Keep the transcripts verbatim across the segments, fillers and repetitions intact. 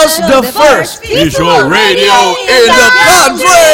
Frentos, the first visual radio in the country.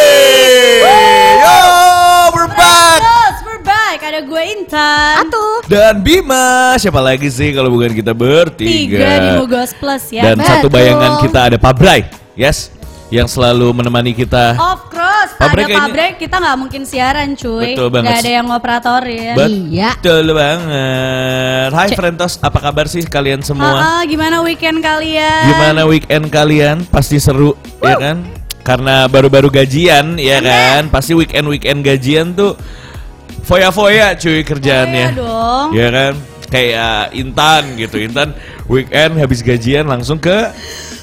Yo, we're back. We're back. Ada gue Intan, Atu, Dan Bima. Siapa lagi sih kalau bukan kita bertiga? Tiga di Mugos Plus ya. Dan Betul. satu bayangan kita ada Pak Bray, yes, yang selalu menemani kita. Of course, Pak Bray ada kayaknya- Pak Bray kita nggak mungkin siaran cuy. Betul banget. Gak ada yang ngoperatorin. Iya. Betul banget. Hai Frentos, apa kabar sih kalian semua? Ah, ah, gimana weekend kalian? Gimana weekend kalian? Pasti seru, ya kan? Karena baru-baru gajian, ya kan? Pasti weekend-weekend gajian tuh foya-foya cuy kerjaannya. Foya dong. Ya kan? Kayak Intan gitu. Intan weekend habis gajian langsung ke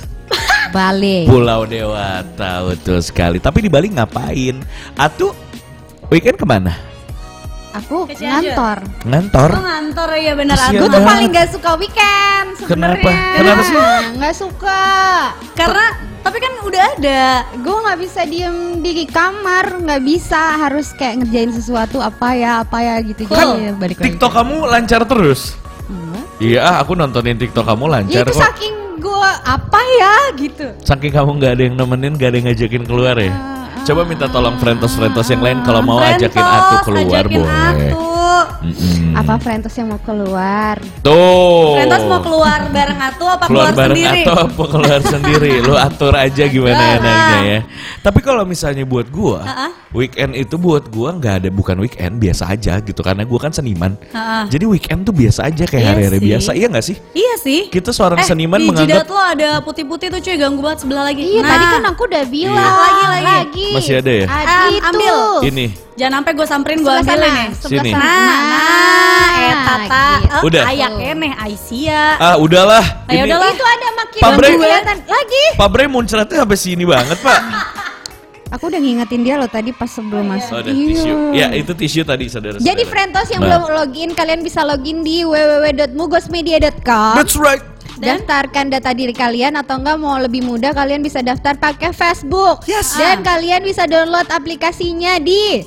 Bali. Pulau Dewata. Betul sekali. Tapi di Bali ngapain? Atu weekend kemana? Aku Ke Cianjur. ngantor. Ngantor? Oh ngantor ya bener Kasian aku Gue tuh banget. paling gak suka weekend sebenarnya. Kenapa? Kenapa sih? Gak suka. Karena tapi kan udah ada. Gue nggak bisa diem di kamar, nggak bisa, harus kayak ngerjain sesuatu apa ya apa ya gitu. Kan Jadi balik lagi. TikTok kamu lancar terus? Enggak. Iya, aku nontonin TikTok kamu Ya lancar itu kok. saking gue apa ya gitu. Saking kamu nggak ada yang nemenin, nggak ada yang ngajakin keluar ya. Coba minta tolong Frentos-Frentos yang lain kalau mau ajakin Atu Frentos, keluar ajakin boleh. Atu. Mm-mm. Apa Frentos yang mau keluar? Tuh. Frentos mau keluar bareng Atu apa keluar keluar, bareng sendiri? atau apa keluar sendiri? Lu atur aja gimana Ah. enaknya ya. Tapi kalau misalnya buat gua, Ah-ah. weekend itu buat gua nggak ada, bukan weekend, biasa aja gitu karena gua kan seniman. Ah-ah. Jadi weekend tuh biasa aja kayak Iya hari-hari sih. biasa, iya nggak sih? Iya sih. Kita seorang eh, seniman di menganggap jidat lo ada putih-putih tuh cuy, ganggu banget sebelah lagi. Iya Nah, tadi kan aku udah bilang. Iya. Lagi, lagi. Masih ada ya? Ada Am- itu. ambil. Ini. jangan sampai gue samperin gue Sebelah ambilin sana, nih. sebelah Sini. sana. Nah, nah, eh tata, gitu. Udah. Ayak eneh, Aisyah. Ah udahlah. Ayo Ini udahlah. Itu ada makin Pak Bre- kelihatan lagi. Pak Bre muncratnya sampai sini banget Pak. Aku udah ngingetin dia loh tadi pas sebelum masuk. Oh, ada tisu. Ya itu tisu tadi saudara-saudara. Jadi Frentos yang Nah. belum login, kalian bisa login di w w w dot mugosmedia dot com. That's right. Dan- Daftarkan data diri kalian, atau enggak mau lebih mudah kalian bisa daftar pakai Facebook. Yes. Dan Ah. kalian bisa download aplikasinya di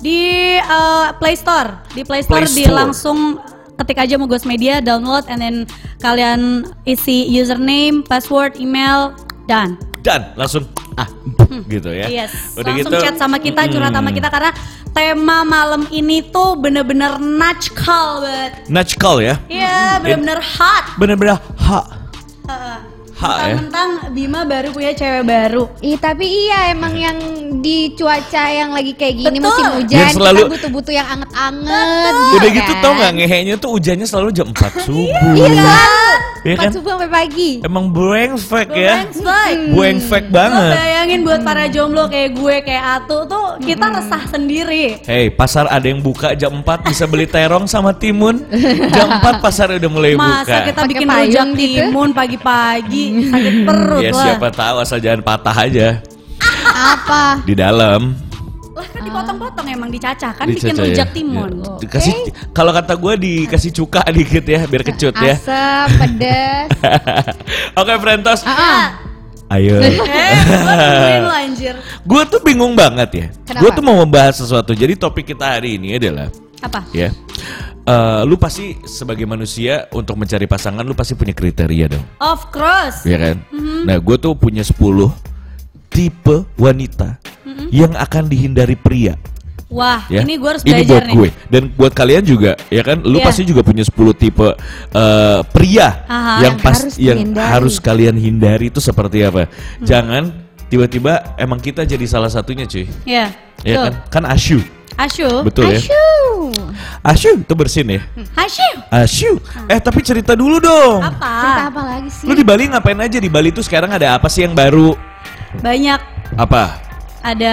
Di eh, Play Store, di Play Store, Play di Store. langsung ketik aja Mugos Media, download, and then kalian isi username, password, email, dan Dan langsung ah gitu ya. yes, Udah langsung gitu. chat sama kita, curhat sama Mm. kita karena tema malam ini tuh bener-bener natchkal banget. Natchkal ya. Iya, bener-bener hot. Bener-bener ha. Heeh. Ha, ya. Mentang-mentang Bima baru punya cewek baru. Ih, tapi iya emang yang di cuaca yang lagi kayak gini Betul. musim hujan, Yang selalu- kita butuh-butuh yang anget-anget. Udah gitu gitu kan. tau nggak, ngehenya tuh hujannya selalu jam empat subuh. Iya selalu. Iya Empat kan? subuh sampai pagi. Emang brengsek ya. Brengsek. Bueng fake Lo banget. bayangin buat para jomblo kayak gue, kayak Atu tuh kita resah sendiri. Hey, pasar ada yang buka jam empat bisa beli terong sama timun. Jam empat pasar udah mulai buka. Masa kita Pakai bikin payung rujak gitu? timun pagi-pagi, sakit perut Ya lah. siapa tahu asal jangan patah aja Apa? di dalam. Lah kan dipotong-potong emang dicacah kan bikin Dicacah ya. rujak timun. Ya. Dikasih, kalau kata gue dikasih cuka dikit ya biar kecut ya. Asam, pedas. Oke Frentos, Ah, ayo. Eh, gue nungguin lo anjir. Gue tuh bingung banget ya. Kenapa? Gue tuh mau membahas sesuatu. Jadi topik kita hari ini adalah Apa? ya. eh, lu pasti sebagai manusia untuk mencari pasangan lu pasti punya kriteria dong. Of course. Ya kan? Mm-hmm. Nah, gue tuh punya sepuluh tipe wanita Mm-hmm. yang akan dihindari pria. Wah, Ya. ini gue harus Ini belajar buat nih. gue dan buat kalian juga, ya kan? Lu Iya. pasti juga punya sepuluh tipe eh, pria Aha. yang Yang pas harus yang dihindari. harus kalian hindari itu seperti apa? Hmm. Jangan tiba-tiba emang kita jadi salah satunya, cuy. Ya, Ya betul. kan? Kan asyu. Asyu. Betul ya? Asyu. Asyu itu bersin ya? Asyu. Asyu. Eh tapi cerita dulu dong. Cerita Apa? apa lagi sih? Lu di Bali ngapain aja? Di Bali tuh sekarang ada apa sih yang baru? Banyak. Apa? Ada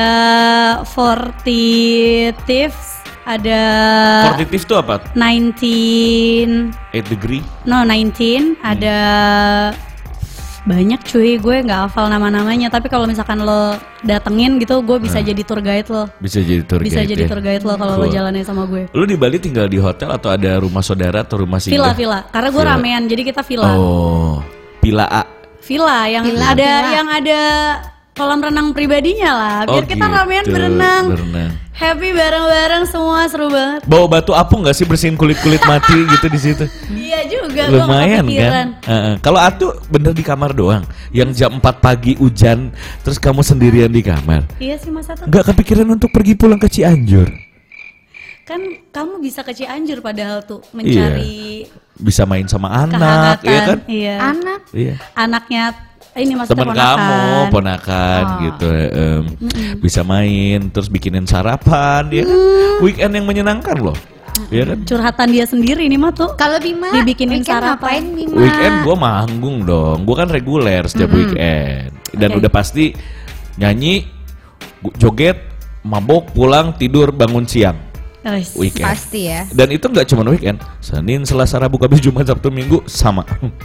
forty tips, ada Fortitif tuh apa? nineteen, eight degree. no nineteen, ada banyak cuy, gue nggak hafal nama-namanya. Tapi kalau misalkan lo datengin gitu, gue bisa jadi tour guide lo. Bisa jadi tour Bisa guide jadi ya? tour guide lo kalau lo Cool. jalannya sama gue. Lu di Bali tinggal di hotel atau ada rumah saudara atau rumah singgah? Villa, villa. Karena gue Villa. ramean, jadi kita villa. Oh, Villa A. Villa yang Villa, ada villa. yang ada kolam renang pribadinya lah, biar Oh, kita gitu, ramean berenang. berenang. Happy bareng-bareng semua, seru banget. Bawa batu apung nggak sih bersihin kulit-kulit mati gitu di situ? Iya juga, gua Lumayan kepikiran. kan? Uh-uh. Kalau Atu bener di kamar doang, yang jam empat pagi hujan, terus kamu sendirian di kamar. Iya sih Mas Atu. Nggak kepikiran untuk pergi pulang ke Cianjur? Kan kamu bisa ke Cianjur padahal tuh mencari Bisa main sama anak, kehangatan. iya kan? Iya. Anak. Iya. Anaknya ini maksudnya Temen ponakan. kamu, ponakan Oh. gitu, em, bisa main, terus bikinin sarapan, ya kan? Weekend yang menyenangkan loh, ya kan? Curhatan dia sendiri nih mah tuh. Kalau Bima Dibikinin weekend sarapan. ngapain Bima? Weekend gue manggung dong, gue kan reguler setiap weekend, dan Oke. udah pasti nyanyi, gu- joget, mabok, pulang, tidur, bangun siang, Guys. weekend. Pasti ya. Dan itu nggak cuma weekend, Senin, Selasa, Rabu, Kamis, Jumat, Sabtu, Minggu sama.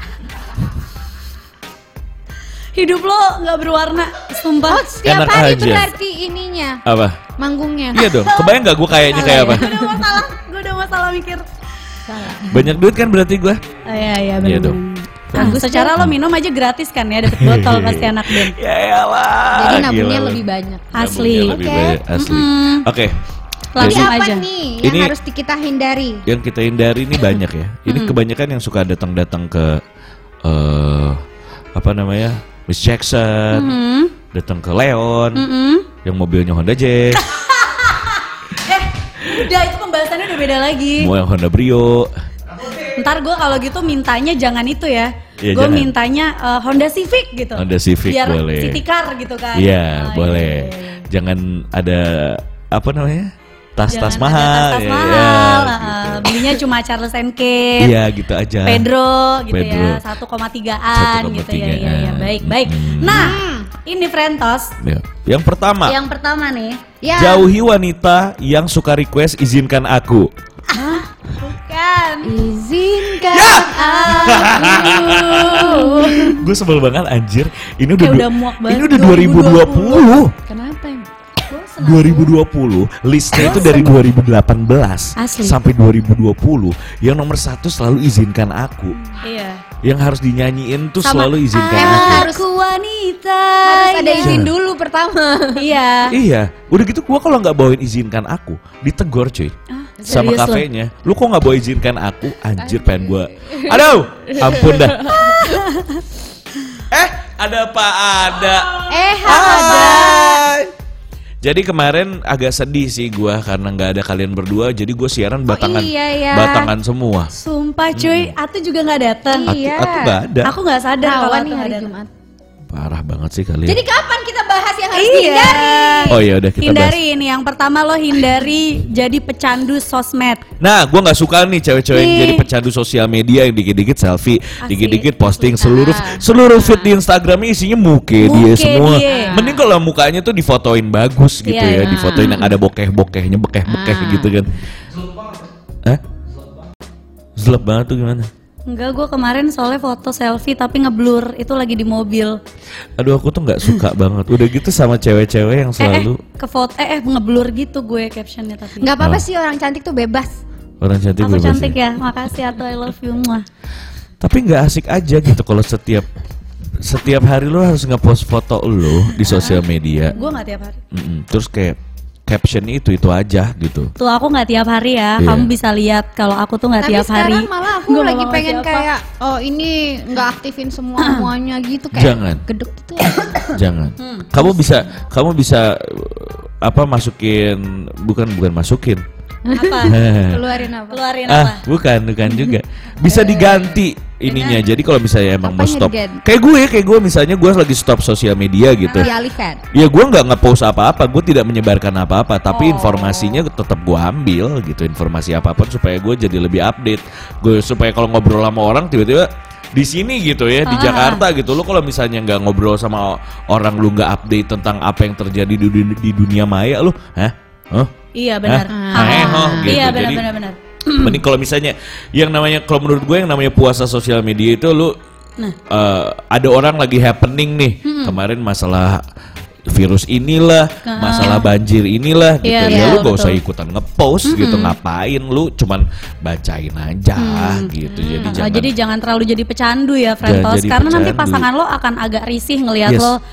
Hidup lo nggak berwarna, sumpah. Oh, setiap Enak hari aja. berarti ininya Apa? manggungnya. Iya dong, kebayang nggak gue kayaknya kayak apa? Gue udah masalah, gue udah masalah mikir. Banyak duit kan berarti gue? Oh, iya iya Iya benar. dong. Nah, secara lo minum aja gratis kan ya, dapet botol pasti anak band. Ya elah. Jadi nabungnya gila. lebih banyak. Asli. Nabungnya lebih Oke. banyak, asli. Mm-mm. Oke. Jadi Langsung apa aja. nih yang Ini- harus di- kita hindari? Yang kita hindari ini banyak ya. Ini kebanyakan yang suka datang-datang ke eh apa namanya? Miss Jackson, Hmm. datang ke Leon, Mm-mm. yang mobilnya Honda Jazz, Eh, udah itu pembahasannya udah beda lagi. mau yang Honda Brio. Ntar gue kalau gitu mintanya jangan itu ya. Iya, Gue jangan. mintanya eh, Honda Civic gitu. Honda Civic Biar boleh. city car gitu kan. Iya, Oh, boleh. iya, iya, iya. Jangan ada apa namanya? Tas-tas Jangan ada mahal. Tas-tas ya, mahal. ya, eh, gitu. belinya cuma Charles and Kate. Iya, gitu aja. Pedro gitu Pedro. ya, satu koma tigaan gitu ya, ya, ya, baik, baik. Mm-mm. Nah, ini Frentos, Ya. Yang pertama, yang pertama nih, Ya. jauhi wanita yang suka request izinkan aku. bukan. Izinkan Ya! aku. Gue sebel banget anjir. Ini udah Kayak du- udah muak banget. Ini udah dua ribu dua puluh. Kenapa emang? dua ribu dua puluh listnya itu dari dua ribu delapan belas Asli. sampai dua ribu dua puluh. Yang nomor satu selalu izinkan aku. Iya. Yang harus dinyanyiin tuh Sama, selalu izinkan emang aku. harus- Aku wanita. Harus ada ya. izin dulu pertama. Iya. Iya, udah gitu gua kalau nggak bawain izinkan aku, ditegor cuy. Ah, Sama serius lo? kafenya. Lu kok nggak bawa izinkan aku? Anjir pengen gua. Aduh, ampun dah. Eh, ada apa ada? Eh, Hai. Jadi kemarin agak sedih sih gua karena nggak ada kalian berdua. Jadi gua siaran batangan, iya, ya. batangan semua. Sumpah cuy, Atu juga nggak datang. Atu, Iya. Atu nggak ada. Aku nggak sadar kalau rawan Atu nih nggak hari datang. Jumat. Parah banget sih kalian. Jadi kapan kita bahas yang harus Iya. dihindari? Oh ya udah kita bahas. Hindari ini yang pertama lo hindari jadi pecandu sosmed. Nah, gua nggak suka nih cewek-cewek yang Nih. jadi pecandu sosial media yang dikit-dikit selfie, Asik. dikit-dikit posting Suka. seluruh seluruh feed di Instagramnya isinya muke, dia Muke semua. dia. Mending kalau mukanya tuh difotoin bagus gitu Iya, ya, iya. difotoin yang ada bokeh-bokehnya, bekeh-bekeh Ah. gitu kan. Hah? Zelep banget tuh gimana? Enggak, gue kemarin soalnya foto selfie tapi ngeblur, itu lagi di mobil. Aduh aku tuh nggak suka banget. Udah gitu sama cewek-cewek yang selalu Eh, eh ke foto eh, eh ngeblur gitu gue captionnya tapi. Nggak apa-apa Oh. sih, orang cantik tuh bebas. orang cantik Aku bebas cantik ya. ya, makasih atau I love you muah. Tapi nggak asik aja gitu kalau setiap setiap hari lo harus ngepost foto lo di sosial media. Gue nggak tiap hari. Mm-mm. Terus kayak caption itu itu aja gitu. Tuh aku nggak tiap hari ya, Iya. kamu bisa lihat kalau aku tuh nggak Tapi tiap hari. sekarang malah aku Gua lagi nggak pengen siapa. kayak oh ini nggak aktifin semua semuanya gitu kayak Jangan. gedek gitu. Jangan. Hmm. Kamu bisa kamu bisa uh, apa masukin bukan bukan masukin. Apa? Keluarin apa? Keluarin apa? Ah, bukan, bukan juga. Bisa diganti ininya. Jadi kalau misalnya emang mau Apanya stop. diganti? Kayak gue, kayak gue misalnya gue lagi stop sosial media gitu. Dialihkan. Ya gue nggak nge-post apa-apa, gue tidak menyebarkan apa-apa, tapi Oh. informasinya tetap gue ambil gitu, informasi apapun supaya gue jadi lebih update. Gue supaya kalau ngobrol sama orang tiba-tiba di sini gitu ya di Ah. Jakarta gitu, lu kalau misalnya nggak ngobrol sama orang, lu nggak update tentang apa yang terjadi di, dun- di dunia maya, lu, hah, huh? Iya benar. Hah? Ah. Eh, oh, gitu. Iya benar Jadi- benar benar. Mending kalau misalnya yang namanya, kalau menurut gue yang namanya puasa sosial media itu lu Nah. eh, ada orang lagi happening nih kemarin masalah virus inilah, masalah banjir inilah gitu. Iya, Ya iya, lu gak betul. usah ikutan ngepost gitu, ngapain lu cuman bacain aja gitu. Jadi Oh, jangan jadi jangan terlalu jadi pecandu ya Frentos, jadi karena nanti pecandu. pasangan lo akan agak risih ngelihat Yes. lo.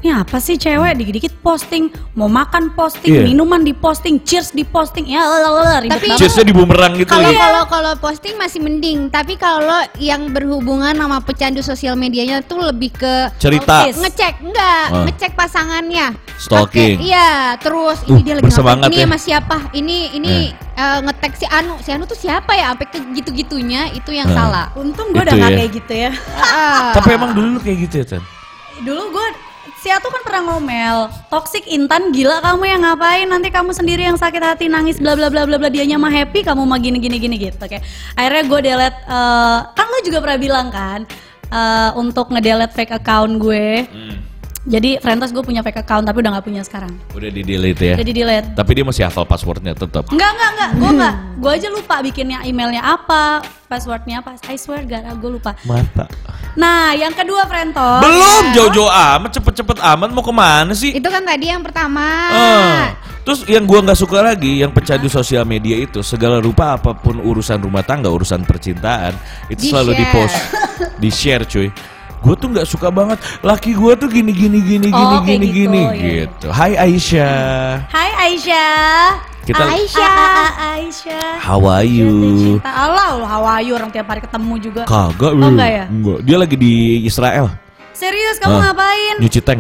ini apa sih cewek dikit-dikit posting, mau makan posting, Iya. minuman di posting, cheers di posting, ya lalalala, ribet Tapi- banget. Cheersnya di bumerang gitu Kalau ya. kalau kalau posting masih mending, tapi kalau yang berhubungan sama pecandu sosial medianya tuh lebih ke Cerita. Office. ngecek enggak, Oh. ngecek pasangannya. Stalking. Pakai- iya, terus Uh, ini dia lagi bersemangat ngapain, ini ya. sama siapa? Ini ini eh, ngetek si Anu. Si Anu tuh siapa ya? Sampai ke gitu-gitunya itu yang Ah. salah. Untung gue Itu udah gak ya. kayak gitu ya. Ah. Tapi emang dulu lu kayak gitu ya, Tan? Dulu gue si Atu kan pernah ngomel, toxic Intan, gila kamu yang ngapain, nanti kamu sendiri yang sakit hati nangis bla bla bla bla bla, dianya mah happy, kamu mah gini gini gini gitu. Kayak akhirnya gue delete, eh, kan lo juga pernah bilang kan eh, untuk ngedelete fake account gue. Jadi Friendtos gue punya fake account tapi udah gak punya sekarang. Udah di delete ya. Jadi delete. Tapi dia masih hafal passwordnya tetap. Enggak, enggak, enggak, gue enggak. Gue aja lupa bikinnya emailnya apa, passwordnya apa. I swear gak, gue lupa. Mata. Nah, yang kedua Friendtos. Belum jauh-jauh amat, cepet-cepet amat mau kemana sih? Itu kan tadi yang pertama. Ah. Terus yang gua nggak suka lagi, yang pecandu sosial media itu segala rupa apapun urusan rumah tangga, urusan percintaan itu Di selalu share. di post, di share cuy. Gue tuh nggak suka banget. Laki gue tuh gini gini gini Oh, gini kayak gini gitu, gini iya. gitu. Hai Aisyah. Hai Aisyah. Kita Aisyah. Ah, ah, ah, Aisyah. How are you? Cinta Allah loh, hawayu orang tiap hari ketemu juga. Kagak Oh, lu. enggak ya? Enggak. Dia lagi di Israel. Serius kamu Ah. ngapain? Nyuci tank.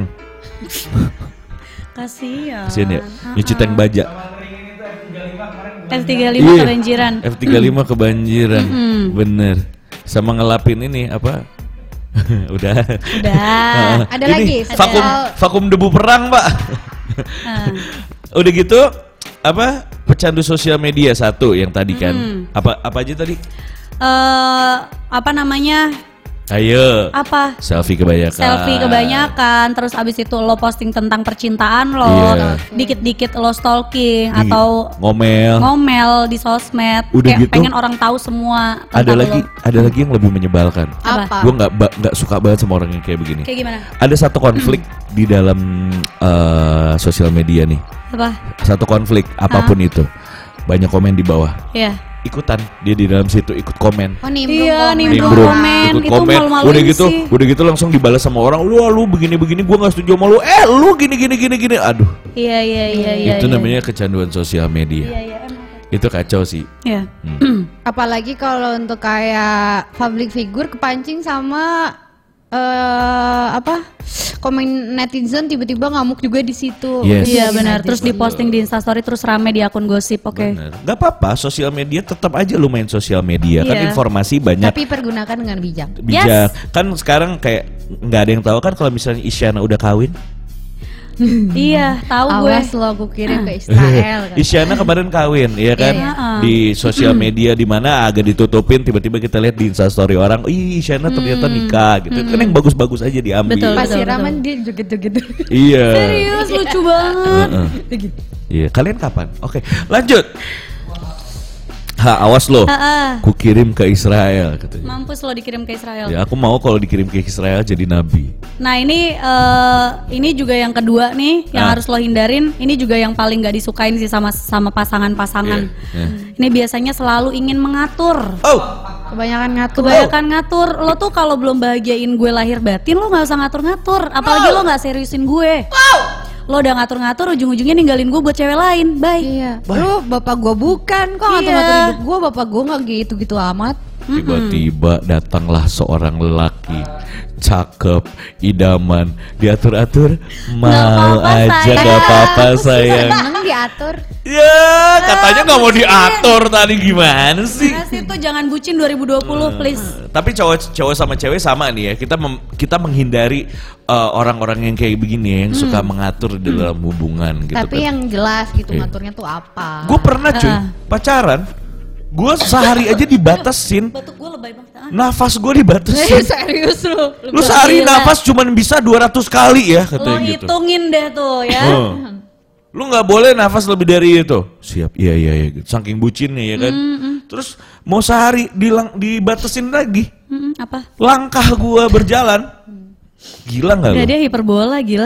Kasihan. Kasian ya. Ah, Nyuci ah. tank baja. F tiga puluh lima Iya. kebanjiran. F tiga puluh lima kebanjiran. Mm-mm. Bener. Sama ngelapin ini apa? Udah. Udah. Ada Ini lagi? Vakum Ada- vakum debu perang, Pak. Ah. Udah gitu apa? Pecandu sosial media satu yang tadi kan. Hmm. Apa apa aja tadi? Eh, apa namanya? Ayo. Apa? Selfie kebanyakan. Selfie kebanyakan, terus abis itu lo posting tentang percintaan lo, Iya. dikit-dikit lo stalking Di- atau ngomel. ngomel di sosmed, Udah kayak gitu, pengen orang tahu semua tentang Ada lagi lo. ada lagi yang lebih menyebalkan. Apa? Apa? Gue nggak ba- nggak suka banget sama orang yang kayak begini. Kayak gimana? Ada satu konflik di dalam eh, sosial media nih. Apa? Satu konflik apapun itu. Banyak komen di bawah. Iya. Ikutan dia di dalam situ ikut komen. Oh, nimbrung Iya, komen. nimbrung Nimbrung, komen. ikut Itu komen. malu-maluin Udah gitu, sih. udah gitu langsung dibalas sama orang. Lu lu begini begini, gua nggak setuju sama lu. Eh, lu gini gini gini gini. Aduh, Iya iya iya iya. itu iya. namanya kecanduan sosial media. Iya iya emang. Itu kacau sih. Iya. Apalagi kalau untuk kayak public figure kepancing sama eh apa komen netizen tiba-tiba ngamuk juga di situ. Yes. Iya benar. Jadi Terus diposting di Instastory terus rame di akun gosip. Oke. Bener. Gak apa-apa, sosial media tetap aja lu main sosial media. Kan Iya. informasi banyak. Tapi pergunakan dengan bijak. Bijak. Kan sekarang kayak nggak ada yang tahu kan kalau misalnya Isyana udah kawin. Iya, tahu gue. Awas lo aku kirim ke Israel. kan. Isyana kemarin kawin, ya kan? Iya, iya. Di sosial media di mana agak ditutupin, tiba-tiba kita lihat di Instastory orang, ih Isyana ternyata nikah gitu. Kan yang bagus-bagus aja diambil. Betul, Pas betul, siraman dia joget-joget. Iya. Serius lucu banget. Heeh. Iya, kalian kapan? Oke, lanjut. Ha, awas lo. Heeh. Ku kirim ke Israel katanya. Mampus lo dikirim ke Israel. Ya, aku mau kalau dikirim ke Israel jadi nabi. Nah ini eh, ini juga yang kedua nih yang Ah. harus lo hindarin. Ini juga yang paling gak disukain sih sama sama pasangan-pasangan. Iya, iya. Ini biasanya selalu ingin mengatur. Oh, Kebanyakan ngatur. Kebanyakan ngatur. Lo tuh kalau belum bahagiain gue lahir batin lo nggak usah ngatur-ngatur. Apalagi lo nggak seriusin gue. Lo udah ngatur-ngatur ujung-ujungnya ninggalin gue buat cewek lain. Bye. Iya. Lu bapak gua bukan kok ngatur-ngatur Iya. hidup gua, bapak gua nggak gitu-gitu amat. tiba-tiba datanglah seorang lelaki cakep, idaman, diatur-atur, mau apa-apa, aja sayang. gak apa-apa sayang. Seneng diatur. Ya, katanya nggak mau diatur tadi gimana sih? Nah, situ jangan bucin dua ribu dua puluh please. Tapi cowok cowok sama cewek sama nih ya. Kita mem- kita menghindari uh, orang-orang yang kayak begini ya, yang suka mengatur di dalam hubungan gitu Tapi kan. yang jelas gitu Iya. ngaturnya tuh apa. Gue pernah cuy Ah. pacaran, gue sehari aja dibatasin, Batuk gue lebay banget. Ah. nafas gue Eh, dibatasin. serius lu. Lu sehari Gila. nafas cuman bisa dua ratus kali ya Lo katanya gitu. hitungin deh tuh ya. Oh. Lu nggak boleh nafas lebih dari itu. Siap, iya iya iya gitu. Saking bucinnya ya kan. Terus mau sehari dilang dibatasin lagi. Mm-mm, apa? Langkah gua berjalan. Gila nggak lu? Gak dia hiperbola gila.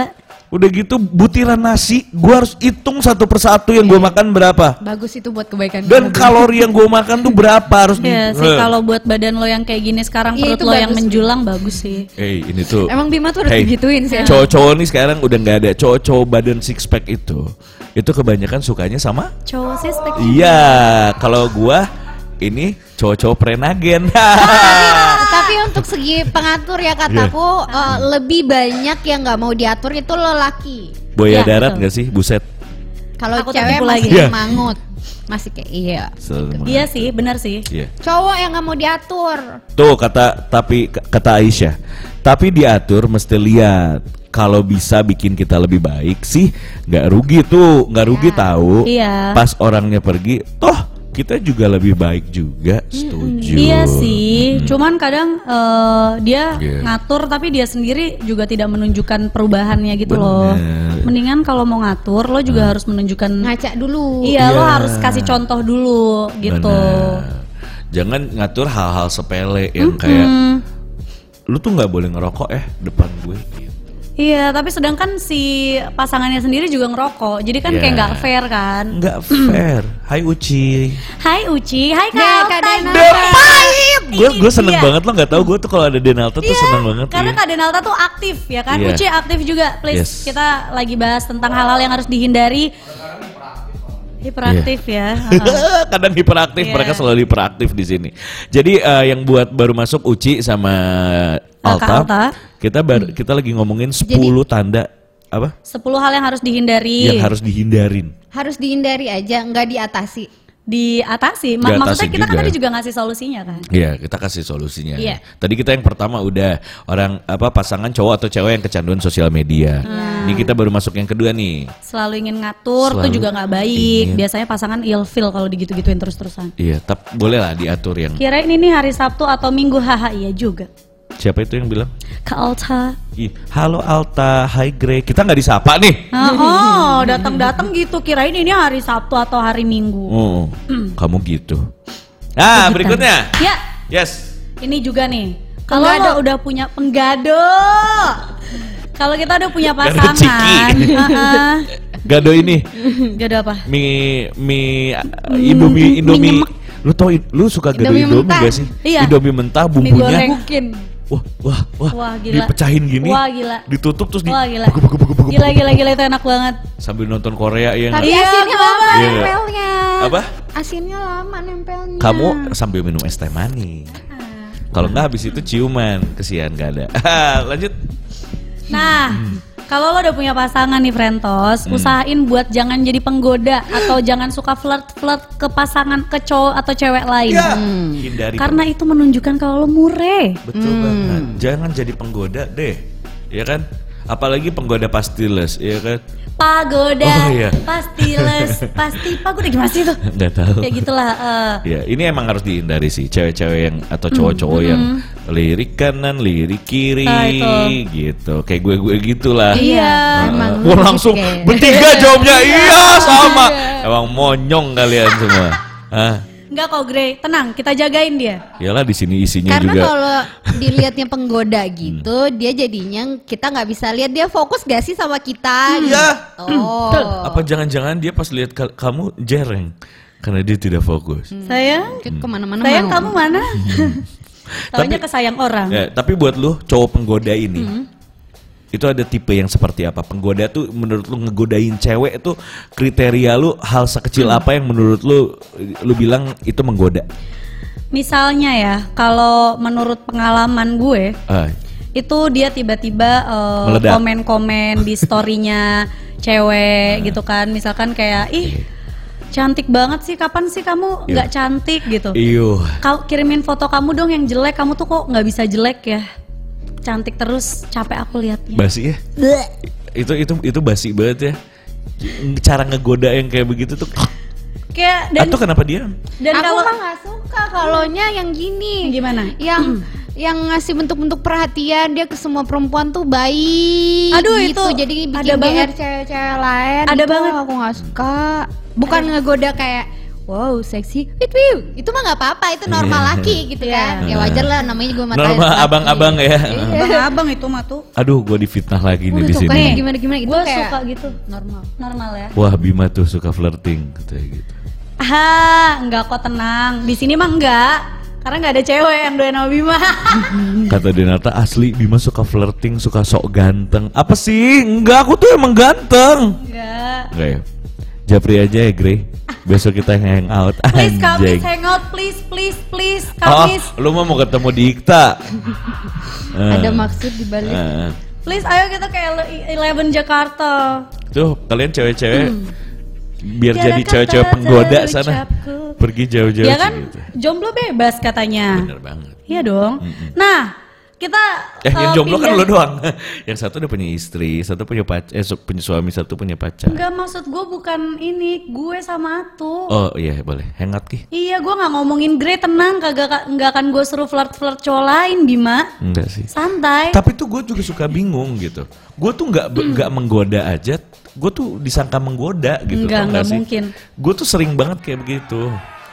Udah gitu butiran nasi, gue harus hitung satu persatu yang gue makan berapa. Bagus itu buat kebaikan. Dan kalori yang gue makan tuh berapa harus di- Iya sih, Eh. kalau buat badan lo yang kayak gini sekarang, Iya, perut itu lo yang bagus. menjulang bagus sih. Eh ini tuh. Emang Bima tuh harus Hey, digituin sih. Cowok-cowok nih sekarang udah nggak ada cowok-cowok badan six pack itu. Itu kebanyakan sukanya sama. Cowok sih spek. Iya, kalau gua ini cowok-cowok prenagen. Tapi untuk segi pengatur ya kataku eh, lebih banyak yang nggak mau diatur itu lelaki. Buaya Iya, darat betul. nggak sih, buset. Kalau Aku cewek tertipu masih lagi. Iya. mangut, masih kayak iya. Selalu Iya sih, benar sih. Iya. Cowok yang nggak mau diatur. Tuh kata tapi k- kata Aisyah. Tapi diatur mesti lihat. Kalau bisa bikin kita lebih baik sih, nggak rugi tuh, nggak rugi tahu. Iya. Pas orangnya pergi, toh kita juga lebih baik juga. Setuju. Iya sih, cuman kadang eh, dia Iya. ngatur tapi dia sendiri juga tidak menunjukkan perubahannya gitu loh. Bener. Mendingan kalau mau ngatur lo juga harus menunjukkan. Ngaca dulu. Iya, lo Iya. harus kasih contoh dulu gitu. Benar. Jangan ngatur hal-hal sepele yang kayak Hmm. lu tuh nggak boleh ngerokok eh depan gue. Iya, tapi sedangkan si pasangannya sendiri juga ngerokok, jadi kan Iya. kayak nggak fair kan. Nggak fair. Hai Uci. Hai Uci, hai Deh, Kak Kak Alta. Denalta. Gue gue seneng Iya. banget lo nggak tahu gue tuh kalau ada Denalta tuh Iya, seneng banget. karena iya. Kak Denalta tuh aktif ya kan. Iya. Uci aktif juga, please. Yes. Kita lagi bahas tentang hal-hal yang harus dihindari. Hiperaktif ya. Heeh. Kadang hiperaktif, Iya. mereka selalu hiperaktif di sini. Jadi eh, yang buat baru masuk Uci sama Kakak Alta, Alta. kita bar, kita lagi ngomongin sepuluh tanda apa sepuluh hal yang harus dihindari. yang harus dihindarin. Harus dihindari aja, nggak diatasi. Diatasi. Ma- Diatasi maksudnya kita kan juga. tadi juga ngasih solusinya kan. Iya, kita kasih solusinya. Iya. Tadi kita yang pertama udah orang apa pasangan cowok atau cewek yang kecanduan sosial media. Ini kita baru masuk yang kedua nih. Selalu ingin ngatur Selalu tuh juga nggak baik. ingin. Biasanya pasangan ilfil kalau digitu-gituin terus-terusan. Iya, tapi boleh lah diatur yang Kirain ini hari Sabtu atau Minggu, haha iya juga. siapa itu yang bilang? Kak Alta. Ih, halo Alta, hai Grey. Kita nggak disapa nih. Nah, oh, datang-datang gitu. Kirain ini hari Sabtu atau hari Minggu. Oh, kamu gitu. Ah, berikutnya. Ya, Yes. ini juga nih. Kalau Penggado. lo udah punya penggado. Kalau kita udah punya Gado pasangan. ciki. Heeh. Gado ini Gado apa? mie mie uh, Indomie Indomie. Lu tau lu suka gado Indomie Indomie mentah. gak sih? Iya. Indomie mentah Mie goreng. bumbunya. Mungkin. Wah, wah, wah, Wah, gila. dipecahin gini, Wah, gila. ditutup terus di Wah, gila. begu, begu, begu, begu, Gila, begu. gila, gila itu enak banget. Sambil nonton Korea ya. Tapi nggak? Iya, asinnya apa? lama Iya. nempelnya. Apa? Asinnya lama nempelnya. Kamu sambil minum es teh manis. Kalau nggak habis itu ciuman, kesian gak ada. Lanjut. Nah, kalau lo udah punya pasangan nih Frentos, Hmm. usahain buat jangan jadi penggoda atau jangan suka flirt-flirt ke pasangan, ke cowok atau cewek lain. Ya, hindari. Karena itu menunjukkan kalau lo mure. Betul banget. Jangan jadi penggoda deh, ya kan? Apalagi penggoda pastiles, ya kan? Pagoda, Oh, iya. pasti les, pasti pagoda gimana sih tuh? Nggak tahu. Kayak gitulah. eh. Ya, ini emang harus dihindari sih cewek-cewek yang atau cowok-cowok yang lirik kanan, lirik kiri, Ah, itu. gitu. Kayak gue-gue gitulah. Iya. emang Wah, logik langsung kayak. bertiga jawabnya iya sama. Emang monyong kalian semua. Hah? Enggak kok Grey, tenang, kita jagain dia. Iyalah di sini isinya Karena juga. kalau dilihatnya penggoda gitu, dia jadinya kita nggak bisa lihat dia fokus gak sih sama kita. Iya. Oh. Apa jangan-jangan dia pas lihat ka- kamu jereng karena dia tidak fokus. Sayang, Kan kemana-mana sayang mau. kamu mana? Taunya Tapi- ke sayang orang. Ya, tapi buat lu cowok penggoda ini, itu ada tipe yang seperti apa? Penggoda tuh menurut lu ngegodain cewek tuh kriteria lu hal sekecil apa yang menurut lu lu bilang itu menggoda? Misalnya ya, kalau menurut pengalaman gue, Ah, itu dia tiba-tiba eh, Meledak. komen-komen di storynya cewek gitu kan, misalkan kayak ih cantik banget sih, kapan sih kamu Iya. nggak cantik gitu. iyo. Kau kirimin foto kamu dong yang jelek, kamu tuh kok nggak bisa jelek ya, cantik terus, capek aku liatnya. Basi ya? Bleh. Itu itu itu basi banget ya. Cara ngegoda yang kayak begitu tuh. Kayak dan Atau kenapa dia? dan Aku kalau mah nggak suka kalonya yang gini. gimana? Yang yang ngasih bentuk-bentuk perhatian dia ke semua perempuan tuh baik. Aduh, gitu. itu Jadi ada bikin banget. G R cewek-cewek lain. Ada gitu, banget. Aku nggak suka. Bukan ngegoda kayak wow seksi, wit wiu. Itu mah nggak apa-apa, itu normal laki gitu kan. Ya wajar lah, namanya gue mata Normal laki. abang-abang ya. Abang-abang itu mah tuh. Aduh, gue difitnah lagi nih Udah di tuh sini. kayak gimana-gimana itu Gue kayak suka gitu. normal. Normal ya. Wah, Bima tuh suka flirting katanya gitu. Ah, enggak kok, tenang. Di sini mah enggak. Karena enggak ada cewek yang doyan sama Bima. Kata Denata asli Bima suka flirting, suka sok ganteng. Apa sih? Enggak, aku tuh emang ganteng. Enggak. Enggak ya? Japri aja ya, Grey. Besok kita hang out. Please Anjing. Kamis hangout, please, please, please. Oh, Kamis. lu mah mau ketemu Dikta. Ada Eh, maksud di balik. eh. Please, ayo kita ke Eleven Jakarta. Tuh, kalian cewek-cewek biar Tiada jadi kata cewek-cewek penggoda sana. terucapku. Pergi jauh-jauh Ya kan, gitu. jomblo bebas katanya. Bener banget. Iya dong. Nah, kita Eh, yang uh, jomblo kan pindah- lo doang. Yang satu udah punya istri, satu punya pacar, eh su- punya suami, satu punya pacar. Enggak, maksud gue bukan ini, gue sama Atu. Oh iya boleh, hangout Ki. Iya, gue nggak ngomongin Grey, tenang, kagak nggak akan gue suruh flirt flirt cowok lain, Bima. Enggak sih. Santai. Tapi tuh gue juga suka bingung gitu. Gue tuh nggak nggak menggoda aja, gue tuh disangka menggoda gitu. Enggak, tau enggak sih? mungkin. Gue tuh sering banget kayak begitu.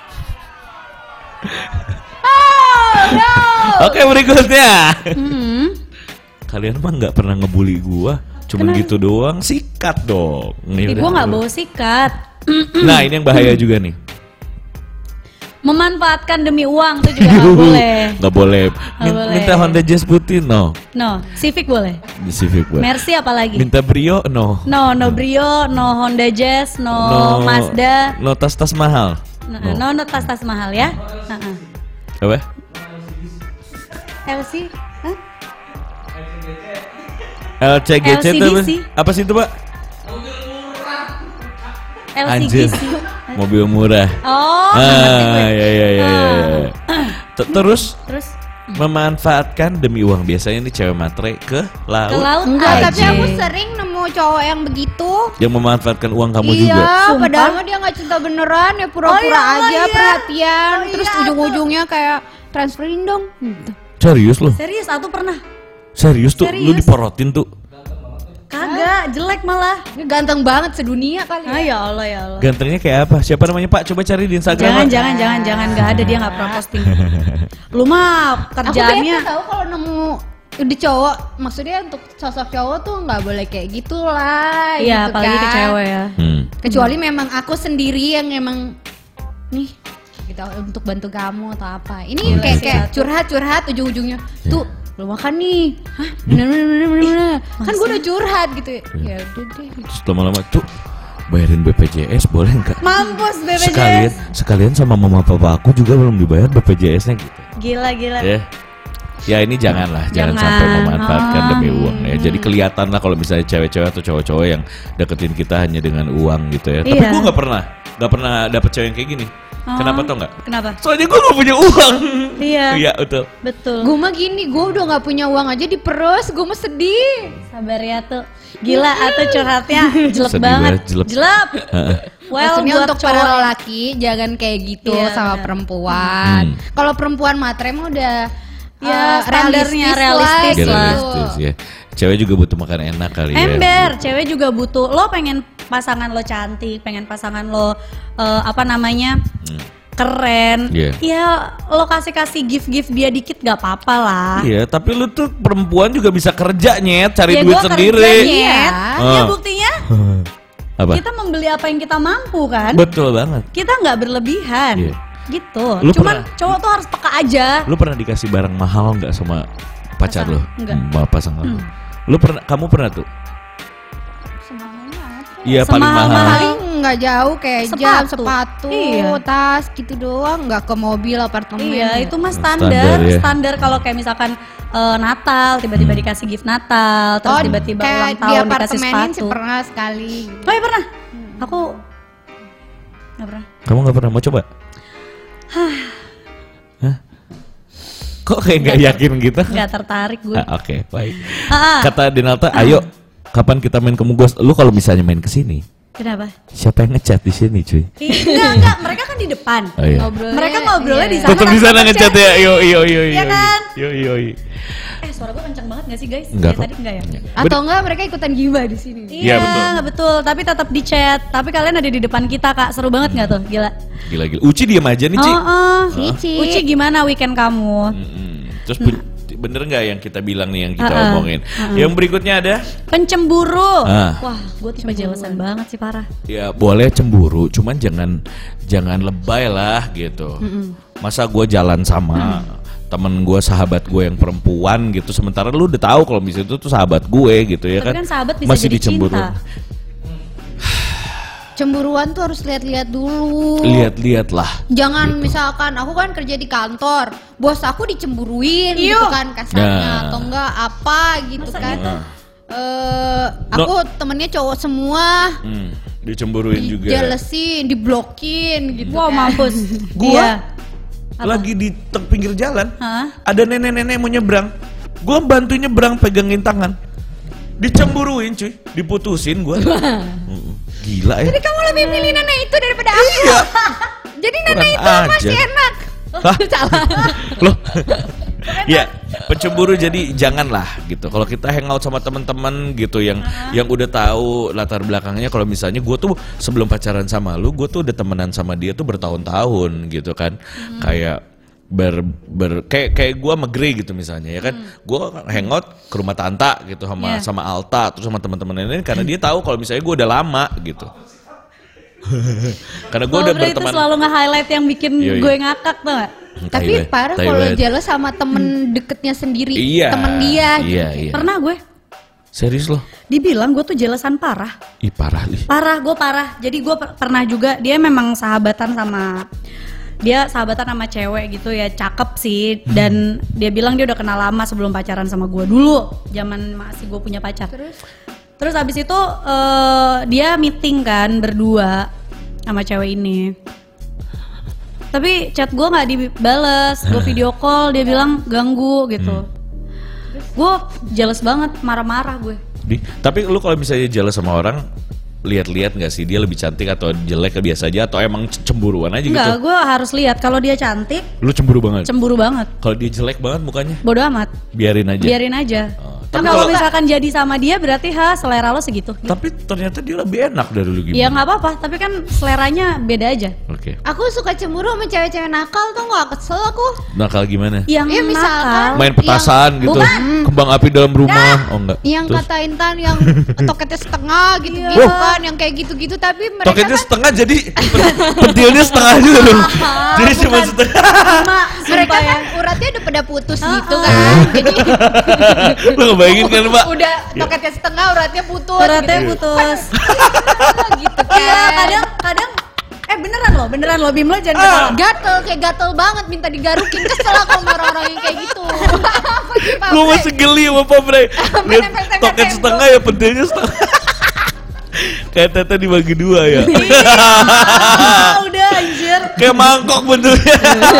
Oke berikutnya. Hmm. Kalian mah nggak pernah ngebully gue, cuman gitu doang, sikat dong. Nih, Ih, udah. gue nggak bawa sikat. Nah ini yang bahaya juga nih. Memanfaatkan demi uang tuh juga nggak boleh. Nggak boleh. Min- boleh. Minta Honda Jazz putih no. No, Civic boleh. Di Civic boleh. Mercy apalagi? Minta Brio no. No, no Brio, no Honda Jazz, no, Mazda, No tas-tas mahal. no, no, no tas-tas mahal ya. Uh-uh. Apa? L C, hah? L C G C itu apa? L C D C. Apa sih itu Pak? L C D Anjir, C. mobil murah. Oh, Ah, ngerti gue. ya ya ya. ya. T- Terus Terus memanfaatkan demi uang, biasanya nih cewek matre ke laut. ke laut Enggak, aja. tapi aku sering nemu cowok yang begitu. Yang memanfaatkan uang kamu Iya, juga. Sumpah. padahal mah dia nggak cinta beneran ya pura-pura Oh iya, oh aja iya. perhatian, Oh terus iya, ujung-ujungnya kayak transferin dong. Gitu. Serius loh? Serius, aku pernah. Serius tuh? Lu Serius. diporotin tuh? Kagak, jelek malah. Dia ganteng banget sedunia kali Ah, ya. ya Allah ya Allah. Gantengnya kayak apa? Siapa namanya Pak? Coba cari di Instagram. Jangan, Pak. jangan, jangan, jangan, nggak ada, dia nggak pernah posting. Lu mah Aku kerjaannya. bete tau kalau nemu udah cowok, maksudnya untuk sosok cowok tuh nggak boleh kayak gitu lah. Iya, gitu apalagi ke kan. cewek ya. Hmm. Kecuali memang aku sendiri yang emang nih gitu untuk bantu kamu atau apa. Ini kayak kayak curhat-curhat ujung-ujungnya. Tuh, lu makan nih. Hah? Bener bener bener bener. bener. Kan gue udah curhat gitu. Ya udah deh. Terus lama-lama tuh bayarin B P J S boleh nggak? Mampus B P J S. Sekalian, sekalian sama mama papa aku juga belum dibayar B P J S-nya gitu. Gila, gila. Ya, ya ini janganlah, jangan, Jangan. sampai memanfaatkan Oh. demi uang ya. Jadi kelihatan lah kalau misalnya cewek-cewek atau cowok-cowok yang deketin kita hanya dengan uang gitu ya. Tapi Iya. gue nggak pernah, nggak pernah dapet cewek yang kayak gini. Oh. Kenapa tau nggak? Kenapa? Soalnya gue nggak punya uang. Iya. Iya betul. Betul. Gue mah gini, gue udah nggak punya uang aja diperes, gue mah sedih. Sabar ya tuh. Gila, atau curhatnya jelek Sedih banget. banget, jelek. Jelek. Heeh. Well, Maksudnya buat untuk cowok. para lelaki jangan kayak gitu Iya, sama benar. perempuan. Hmm. Kalau perempuan matre mah udah Ya, eh, standarnya lah realistis gitu. lah. Realistis ya. Cewek juga butuh makan enak kali ya. Ember, cewek juga butuh. Lo pengen pasangan lo cantik, pengen pasangan lo eh, apa namanya? Hmm. Keren. Iya. Ya, lo kasih-kasih gift-gift dia dikit gak apa-apa lah. Iya, tapi lu tuh perempuan juga bisa kerja nyet, cari Ya, duit gua sendiri. kerja, Nyet. Iya. Ya Ah. buktinya Apa? kita membeli apa yang kita mampu kan. Betul banget. Kita nggak berlebihan. Iya. Gitu. Lu Cuman pernah- cowok tuh harus peka aja. Lu pernah dikasih barang mahal nggak sama pacar Pasangan? lu? Enggak. Hmm, sama pasangan lu. Lu pernah, kamu pernah tuh? Iya paling Semahal- mahal. Paling nggak jauh kayak jam, Sepatu. sepatu, Iya. tas gitu doang, nggak ke mobil, apartemen. Iya, itu mah Standar, standar. ya. Standar kalau kayak misalkan eh, Natal, tiba-tiba dikasih gift Natal, terus Oh, tiba-tiba kayak ulang di tahun dikasih apartemenin sih sepatu. pernah sekali. Oh iya pernah. Aku nggak pernah. Kamu nggak pernah mau coba? Hah? Kok kayak nggak yakin gitu? Nggak tertarik gue. Ah, Oke, baik. Ah, ah. Kata Dinalta, ayo kapan kita main ke Mugos? Lu kalau misalnya main ke sini, Kenapa? siapa yang ngechat di sini, cuy? Ih, enggak enggak, mereka kan di depan. Oh, iya. Ngobrolnya, Mereka ngobrolnya iya. di sana. Tetap di sana tanpa ngechat ya. Yo yo yo yo. Iya kan? Yo yo. yo. Eh suara gue kenceng banget gak sih guys? Enggak Kayak kok. tadi enggak ya? Atau enggak mereka ikutan gibah di sini. Iya, betul. betul. Tapi tetap di chat. Tapi kalian ada di depan kita kak, seru banget nggak tuh? Gila. Gila gila. Uci diem aja nih, Ci. Oh, oh. Cici. Uci gimana weekend kamu? Mm-mm. Terus ben- bener nggak yang kita bilang nih yang kita Uh-uh. omongin? Yang berikutnya ada? Pencemburu. Ah. Wah, gue tipe jelasan banget sih parah. Ya boleh cemburu, cuman jangan jangan lebay lah gitu. Masa gue jalan sama temen gue, sahabat gue yang perempuan gitu, sementara lu udah tahu kalau misalnya itu tuh sahabat gue gitu ya Tapi kan? kan sahabat bisa Masih jadi dicemburu. cinta. Cemburuan tuh harus lihat-lihat dulu. Lihat-lihat lah. Jangan Gitu. misalkan aku kan kerja di kantor, bos aku dicemburuin gitu Iya. kan kasarnya Nah. atau enggak apa gitu Masa kan. gitu? Eh, aku temennya cowok semua, Hmm, dicemburuin juga. dijelesin, diblokin gitu Wow, kan. mampus. Gua Iya. Apa? lagi di teng pinggir jalan, Hah? ada nenek-nenek mau nyebrang, gua bantuin nyebrang, pegangin tangan, dicemburuin cuy, diputusin gua. Mm, Gila ya. Jadi kamu lebih milih nenek itu daripada aku. Iya. Jadi nenek Kurang itu masih ajar. enak. Hah? Salah. Loh. Ya, pencemburu jadi janganlah gitu. Kalau kita hangout sama teman-teman gitu yang yang udah tahu latar belakangnya, kalau misalnya gue tuh sebelum pacaran sama lu, gue tuh udah temenan sama dia tuh bertahun-tahun gitu kan. Kayak ber, ber kayak kayak gue sama Grey gitu misalnya ya kan. Gue hangout ke rumah Tanta gitu sama Iya. sama Alta terus sama teman-teman lain karena dia tahu kalau misalnya gue udah lama gitu. Karena gue Kalau udah Bro itu berteman. selalu nge-highlight yang bikin Yoi. gue ngakak tuh gak? Tapi Thailand, parah kalau Thailand. jealous sama temen deketnya sendiri, Iya. temen dia. Iya, iya. Pernah gue Serius loh? dibilang gue tuh jelasan parah. Ih parah nih. Parah, gue parah. Jadi gue per- pernah juga, dia memang sahabatan sama, dia sahabatan sama cewek gitu ya, cakep sih. Dan dia bilang dia udah kenal lama sebelum pacaran sama gue dulu, zaman masih gue punya pacar. Terus Terus abis itu eh, dia meeting kan berdua sama cewek ini. Tapi chat gue nggak dibales, gue video call dia bilang ganggu gitu. Gue jealous banget, marah-marah gue. Di, tapi lu kalau misalnya jealous sama orang, lihat-lihat nggak sih dia lebih cantik atau jelek biasa aja atau emang cemburuan aja Enggak, gitu? gue harus lihat kalau dia cantik, Lu cemburu banget. cemburu banget. Kalau dia jelek banget mukanya, Bodoh amat, biarin aja. biarin aja. Oh, Kan tapi kalau kalau- misalkan jadi sama dia berarti ha selera lo segitu. Tapi ternyata dia lebih enak dari lu gimana? Ya nggak apa-apa, tapi kan seleranya beda aja. Oke. aku suka cemburu sama cewek-cewek nakal tuh nggak kesel aku. Nakal gimana? Yang Iya, misalkan- nakal, Main petasan gitu, Bukan. kembang api dalam rumah, oh enggak? Yang Terus? kata Intan yang toketnya setengah gitu Iya. gitu kan, yang kayak gitu-gitu tapi mereka Toketnya kan setengah jadi pen- pentilnya setengah juga dong. Jadi cuma setengah. Mak, mereka sumpah ya. kan uratnya udah pada putus Ah, gitu ah. kan. Jadi Lu ngebayangin kan, Pak? udah toketnya setengah uratnya putus Uratnya gitu. putus. gitu Iya, kan. kadang kadang eh beneran loh, beneran loh Bim lo jangan Ah, ketawa. gatel kayak gatel banget minta digarukin, kesel aku sama orang-orang yang kayak gitu. Apa sih, Pak Gue Bre? masih geli sama Pak Bre. Lihat Nempel-nempel toket tembok. setengah ya pentilnya setengah. Kayak tete dibagi dua ya. Ah, udah anjir. Kayak mangkok bentuknya.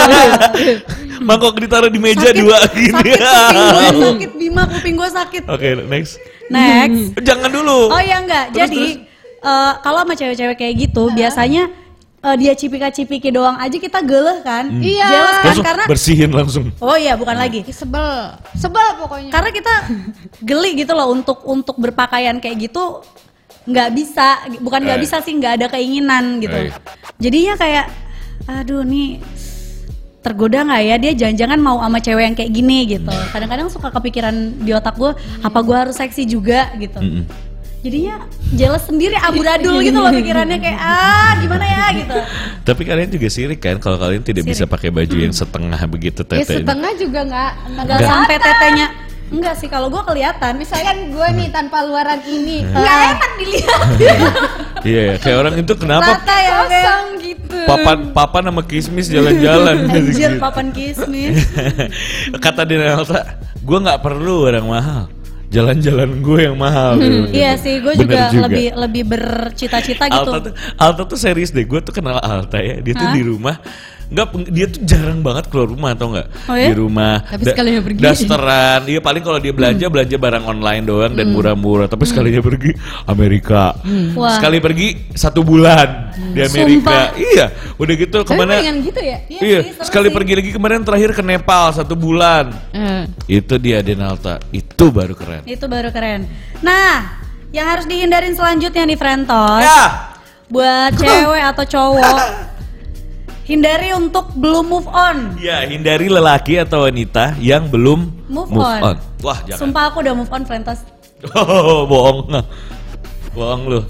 Mangkok ditaruh di meja Sakit, dua gini. Sakit kuping gue sakit, Bima kuping gue sakit. Oke, next. Next. Jangan dulu. Oh ya enggak. Terus, Jadi eh, kalau sama cewek-cewek kayak gitu biasanya eh, dia cipika-cipiki doang aja kita geleh kan. Iya. Jealous kan Langsung karena bersihin langsung. oh iya bukan lagi. Ih, sebel, sebel pokoknya. Karena kita geli gitu loh untuk untuk berpakaian kayak gitu nggak bisa, bukan nggak Eh. bisa sih, nggak ada keinginan gitu. Eh. Jadinya kayak aduh nih tergoda nggak ya dia jangan-jangan mau sama cewek yang kayak gini gitu. Kadang-kadang suka kepikiran di otak gue apa gue harus seksi juga gitu. Mm-mm. Jadinya jealous sendiri amburadul gitu loh pikirannya kayak ah gimana ya gitu. Tapi kalian juga sirik kan kalau kalian tidak bisa Sirik. pakai baju yang setengah begitu ya tete. setengah juga nggak Nggak Enggak. sampai tetenya. Enggak sih kalau gue kelihatan. misalkan gue nih tanpa luaran ini Nggak nggak enak enak dilihat. Iya, ya, kayak orang itu kenapa Rata ya kayak Kosong gitu. papan papan sama kismis jalan-jalan. anjir Gitu. papan kismis. Kata Dinalta, gue nggak perlu orang mahal. Jalan-jalan gue yang mahal. Gitu. Iya sih, gue Bener juga, lebih lebih bercita-cita gitu. Alta tuh, Alta tuh serius deh, gue tuh kenal Alta ya, dia tuh Hah? di rumah Enggak, dia tuh jarang banget keluar rumah atau enggak? Oh ya? Di rumah. Tapi sekalinya pergi. Dasteran. Iya paling kalau dia belanja Hmm. belanja barang online doang dan murah-murah. Tapi sekalinya pergi Amerika. Wah. Sekali pergi satu bulan di Amerika. Sumpah. Iya, udah gitu Tapi kemana? dengan gitu ya? Iya Iya, sih, seru sekali sih. pergi lagi kemarin terakhir ke Nepal satu bulan. Eh. Itu dia Denalta. Itu baru keren. Itu baru keren. Nah, yang harus dihindarin selanjutnya nih Frentos, Ya. buat cewek atau cowok, hindari untuk belum move on. Ya, hindari lelaki atau wanita yang belum Move on. Wah, jangan. Sumpah aku udah move on Frentos. Oh, bohong. Bohong lu.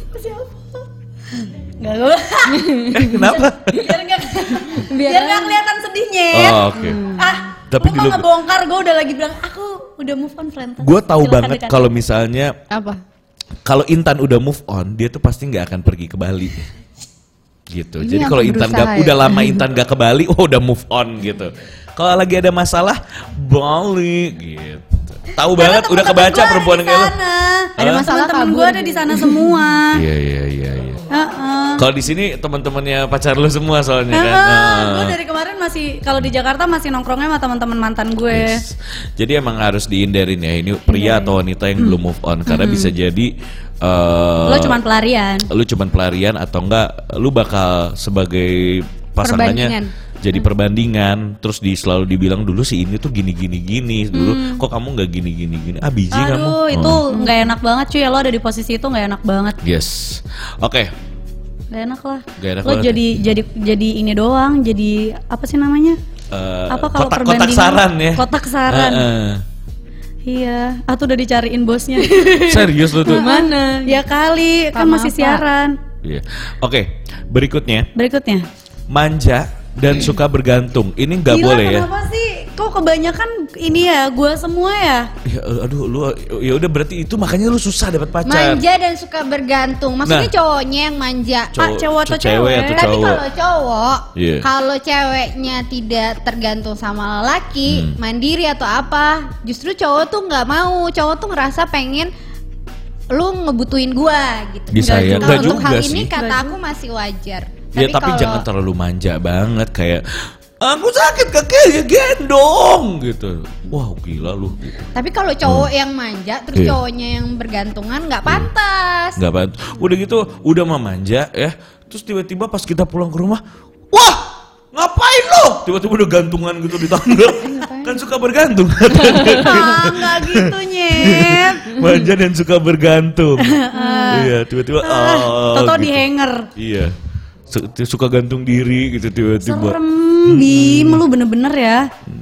Enggak gue. Kenapa? biar nggak Biar biar nggak kelihatan sedihnya. Oh, oke. Ah, Tapi lu mah dulu- ngebongkar, gue udah lagi bilang aku udah move on Frentos. Gue tahu Silakan banget dikatakan. kalau misalnya Apa? kalau Intan udah move on, dia tuh pasti nggak akan pergi ke Bali. Gitu. Ini Jadi aku kalau Intan berusaha gak, ya. udah lama Intan gak ke Bali, oh udah move on gitu. Kalau lagi ada masalah, Bali gitu. Tahu Karena banget, udah teman-teman kebaca gua perempuan ada di kayak lo. sana. Ada masalah Teman-teman kabur gue ada di sana semua. Iya iya iya iya. Heeh. Kalau di sini teman-temannya pacar lu semua soalnya kan. Heeh, Heeh. gue dari kemarin masih kalau di Jakarta masih nongkrongnya sama teman-teman mantan gue. Yes. Jadi emang harus dihindarin ya ini pria atau wanita yang belum move on karena bisa jadi eh, Lo cuman pelarian. lu cuman pelarian atau enggak lu bakal sebagai pasangannya Perbandingan. jadi perbandingan terus di selalu dibilang dulu si ini tuh gini gini gini dulu kok kamu nggak gini gini gini ah biji kamu. Aduh, itu Oh. nggak enak banget cuy. Lo ada di posisi itu nggak enak banget. Yes. Oke. Gak enak lah. Gak enak Lo banget jadi jadi jadi ini doang. Jadi apa sih namanya? Eh, Apa kalau kotak, kotak perbandingan? saran ya. Kotak saran. Heeh. Iya. Ah tuh udah dicariin bosnya. Serius lu tuh. Mana? Ya kali kan Sama masih apa? siaran. Iya. Oke. Berikutnya Berikutnya. manja dan suka bergantung. Ini nggak Gila, boleh ya. kenapa sih? Kok kebanyakan ini ya, gua semua ya? Ya, aduh lu ya udah berarti itu makanya lu susah dapat pacar. Manja dan suka bergantung. Maksudnya Nah. cowoknya yang manja. Ah, cowok atau cewek? atau Tapi cowok. kalau cowok, Iya. kalau ceweknya tidak tergantung sama lelaki, Hmm. mandiri atau apa, justru cowok tuh nggak mau. Cowok tuh ngerasa pengen lu ngebutuhin gua gitu. Disayang. Kalau Nggak untuk juga hal ini sih. kata aku masih wajar. Ya tapi kalau- jangan terlalu manja banget kayak aku sakit kakinya gendong gitu. Wah gila lu. Gitu. Tapi kalau cowok yang manja terus Iya. cowoknya yang bergantungan nggak pantas. Nggak bantu. Udah gitu udah mah manja ya. Terus tiba-tiba pas kita pulang ke rumah, wah ngapain lo? Tiba-tiba udah gantungan gitu di tangga. Kan suka bergantung. Ah, nggak gitu nyet. Manja dan suka bergantung. Iya tiba-tiba. Oh, Toto gitu. di hanger. Iya. Su- Suka gantung diri gitu tiba-tiba. Serem, Bim, lu bener-bener ya.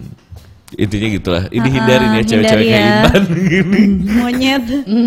Intinya gitulah. Ini Ah, hindarin ya hindari cewek-cewek kayak ya. Intan gini. Monyet.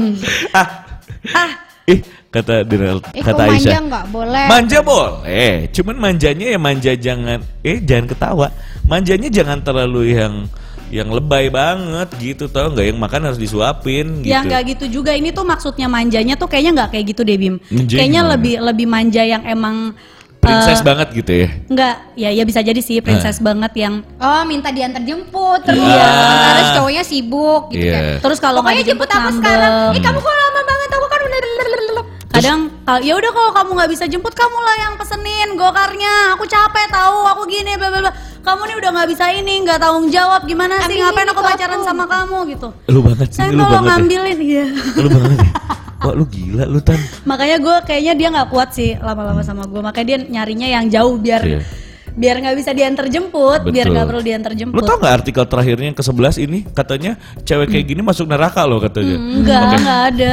ah. Ah, Ih, kata Denal, Eh kata kok manja Aisyah. nggak boleh. Manja boleh, cuman manjanya ya manja jangan eh jangan ketawa. Manjanya jangan terlalu yang yang lebay banget gitu tau nggak, yang makan harus disuapin gitu. ya nggak gitu juga. Ini tuh maksudnya manjanya tuh kayaknya nggak kayak gitu deh Bim. Manjanya Kayaknya gimana? lebih lebih manja yang emang Princess eh, banget gitu ya. Enggak, ya ya bisa jadi sih princess banget yang Oh minta diantar jemput terus Iya. sementara si cowoknya sibuk gitu Iya. kan. terus kalau nggak Pokoknya dijemput jemput aku ngambek. sekarang. Eh kamu kok lama banget aku kan udah. Kadang kalau ya udah kalau kamu nggak bisa jemput kamu lah yang pesenin gokarnya. Aku capek tahu, aku gini bla bla bla. Kamu nih udah nggak bisa ini, nggak tanggung jawab gimana sih? Ambilin Ngapain ini aku ke pacaran aku. sama kamu gitu? Lu banget sih, Saya lu tolong banget. Ya. ngambilin iya. Lu banget. Ya. Wah, lu gila lu Tan. Makanya gue kayaknya dia nggak kuat sih lama-lama sama gue. Makanya dia nyarinya yang jauh biar Iya. biar nggak bisa diantar jemput, biar Betul. nggak perlu diantar Lu jemput. tau gak artikel terakhirnya yang ke sebelas ini katanya cewek kayak gini masuk neraka loh katanya. Enggak, nggak ada.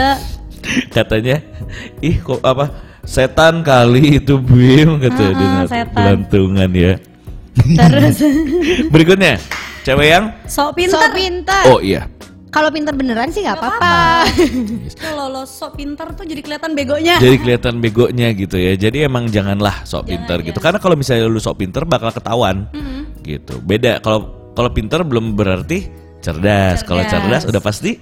Katanya ih kok apa setan kali itu Bim katanya Ah, dengan setan. gelantungan ya. Terus Berikutnya cewek yang sok So pintar. pintar. oh iya Kalau pintar beneran sih nggak Nggak apa-apa. Kalau lo sok pintar tuh jadi kelihatan begonya. jadi kelihatan begonya gitu ya. Jadi emang janganlah sok Jangan, pintar gitu. ya. Karena kalau misalnya lu sok pintar bakal ketahuan. Gitu. Beda kalau kalau pintar belum berarti cerdas. Kalau Cerdas. cerdas udah pasti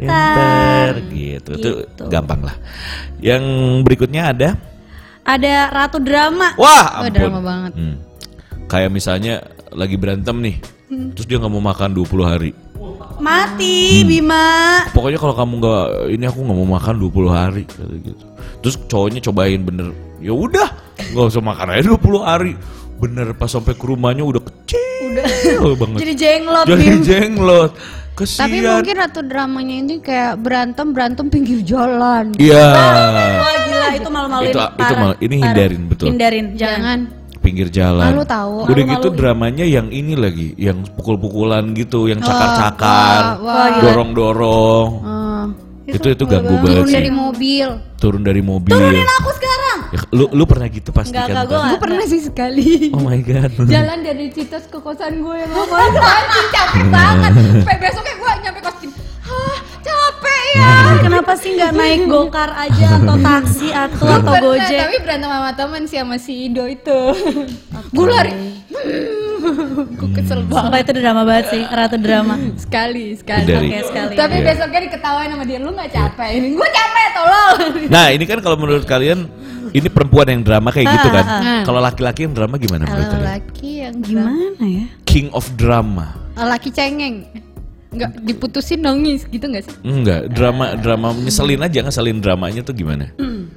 Pintar. gitu. Itu Gitu. gampang lah. Yang berikutnya ada Ada ratu drama. wah Oh, ampun. drama banget. Hmm. Kayak misalnya lagi berantem nih. Hmm. Terus dia nggak mau makan dua puluh hari. Mati Hmm. Bima. Pokoknya kalau kamu nggak ini aku nggak mau makan dua puluh hari kata gitu. Terus cowoknya cobain bener. Ya udah, nggak usah makan aja dua puluh hari. bener pas sampai ke rumahnya udah kecil banget. Jadi jenglot Jadi Bim. jenglot. Kesian. Tapi mungkin ratu dramanya ini kayak berantem berantem pinggir jalan. Iya. Wah gila itu malu-maluin. Itu itu parah, mal- ini parah. hindarin betul. Hindarin, jangan. Jangan. Pinggir jalan. Malu tahu. Udah gitu Malu-maluin. dramanya yang ini lagi, yang pukul-pukulan gitu, yang wah, cakar-cakar, wah, gila. dorong-dorong. Eh, itu itu ganggu turun banget sih. dari mobil. Turun dari mobil. Turunin aku sekarang. Ya, lu lu pernah gitu pasti Enggak, kan? enggak, gua Tan? Gue pernah sih sekali. Oh my god. Jalan dari Citos ke kosan gue yang ngapain anjing capek banget. Sampai besoknya gue nyampe kos gini. Hah, capek ya. Kenapa sih nggak naik gokar aja atau taksi atau atau Bener, gojek? Tapi berantem sama temen sih sama si Ido itu. Gue lari. Gue kesel Sumpah banget. itu drama banget sih, ratu drama. Sekali, sekali. Dari- Oke sekali. Tapi Iya. besoknya diketawain sama dia, lu gak capek ini. Gue capek, tolong. Nah, ini kan kalau menurut kalian ini perempuan yang drama kayak gitu kan. Ah, ah, ah. Kalau laki-laki yang drama gimana menurut Kalau kalian? laki yang Gimana ya? King of drama. Laki cengeng. Enggak diputusin nangis gitu gak sih? Enggak, drama drama ngeselin aja, ngeselin dramanya tuh gimana?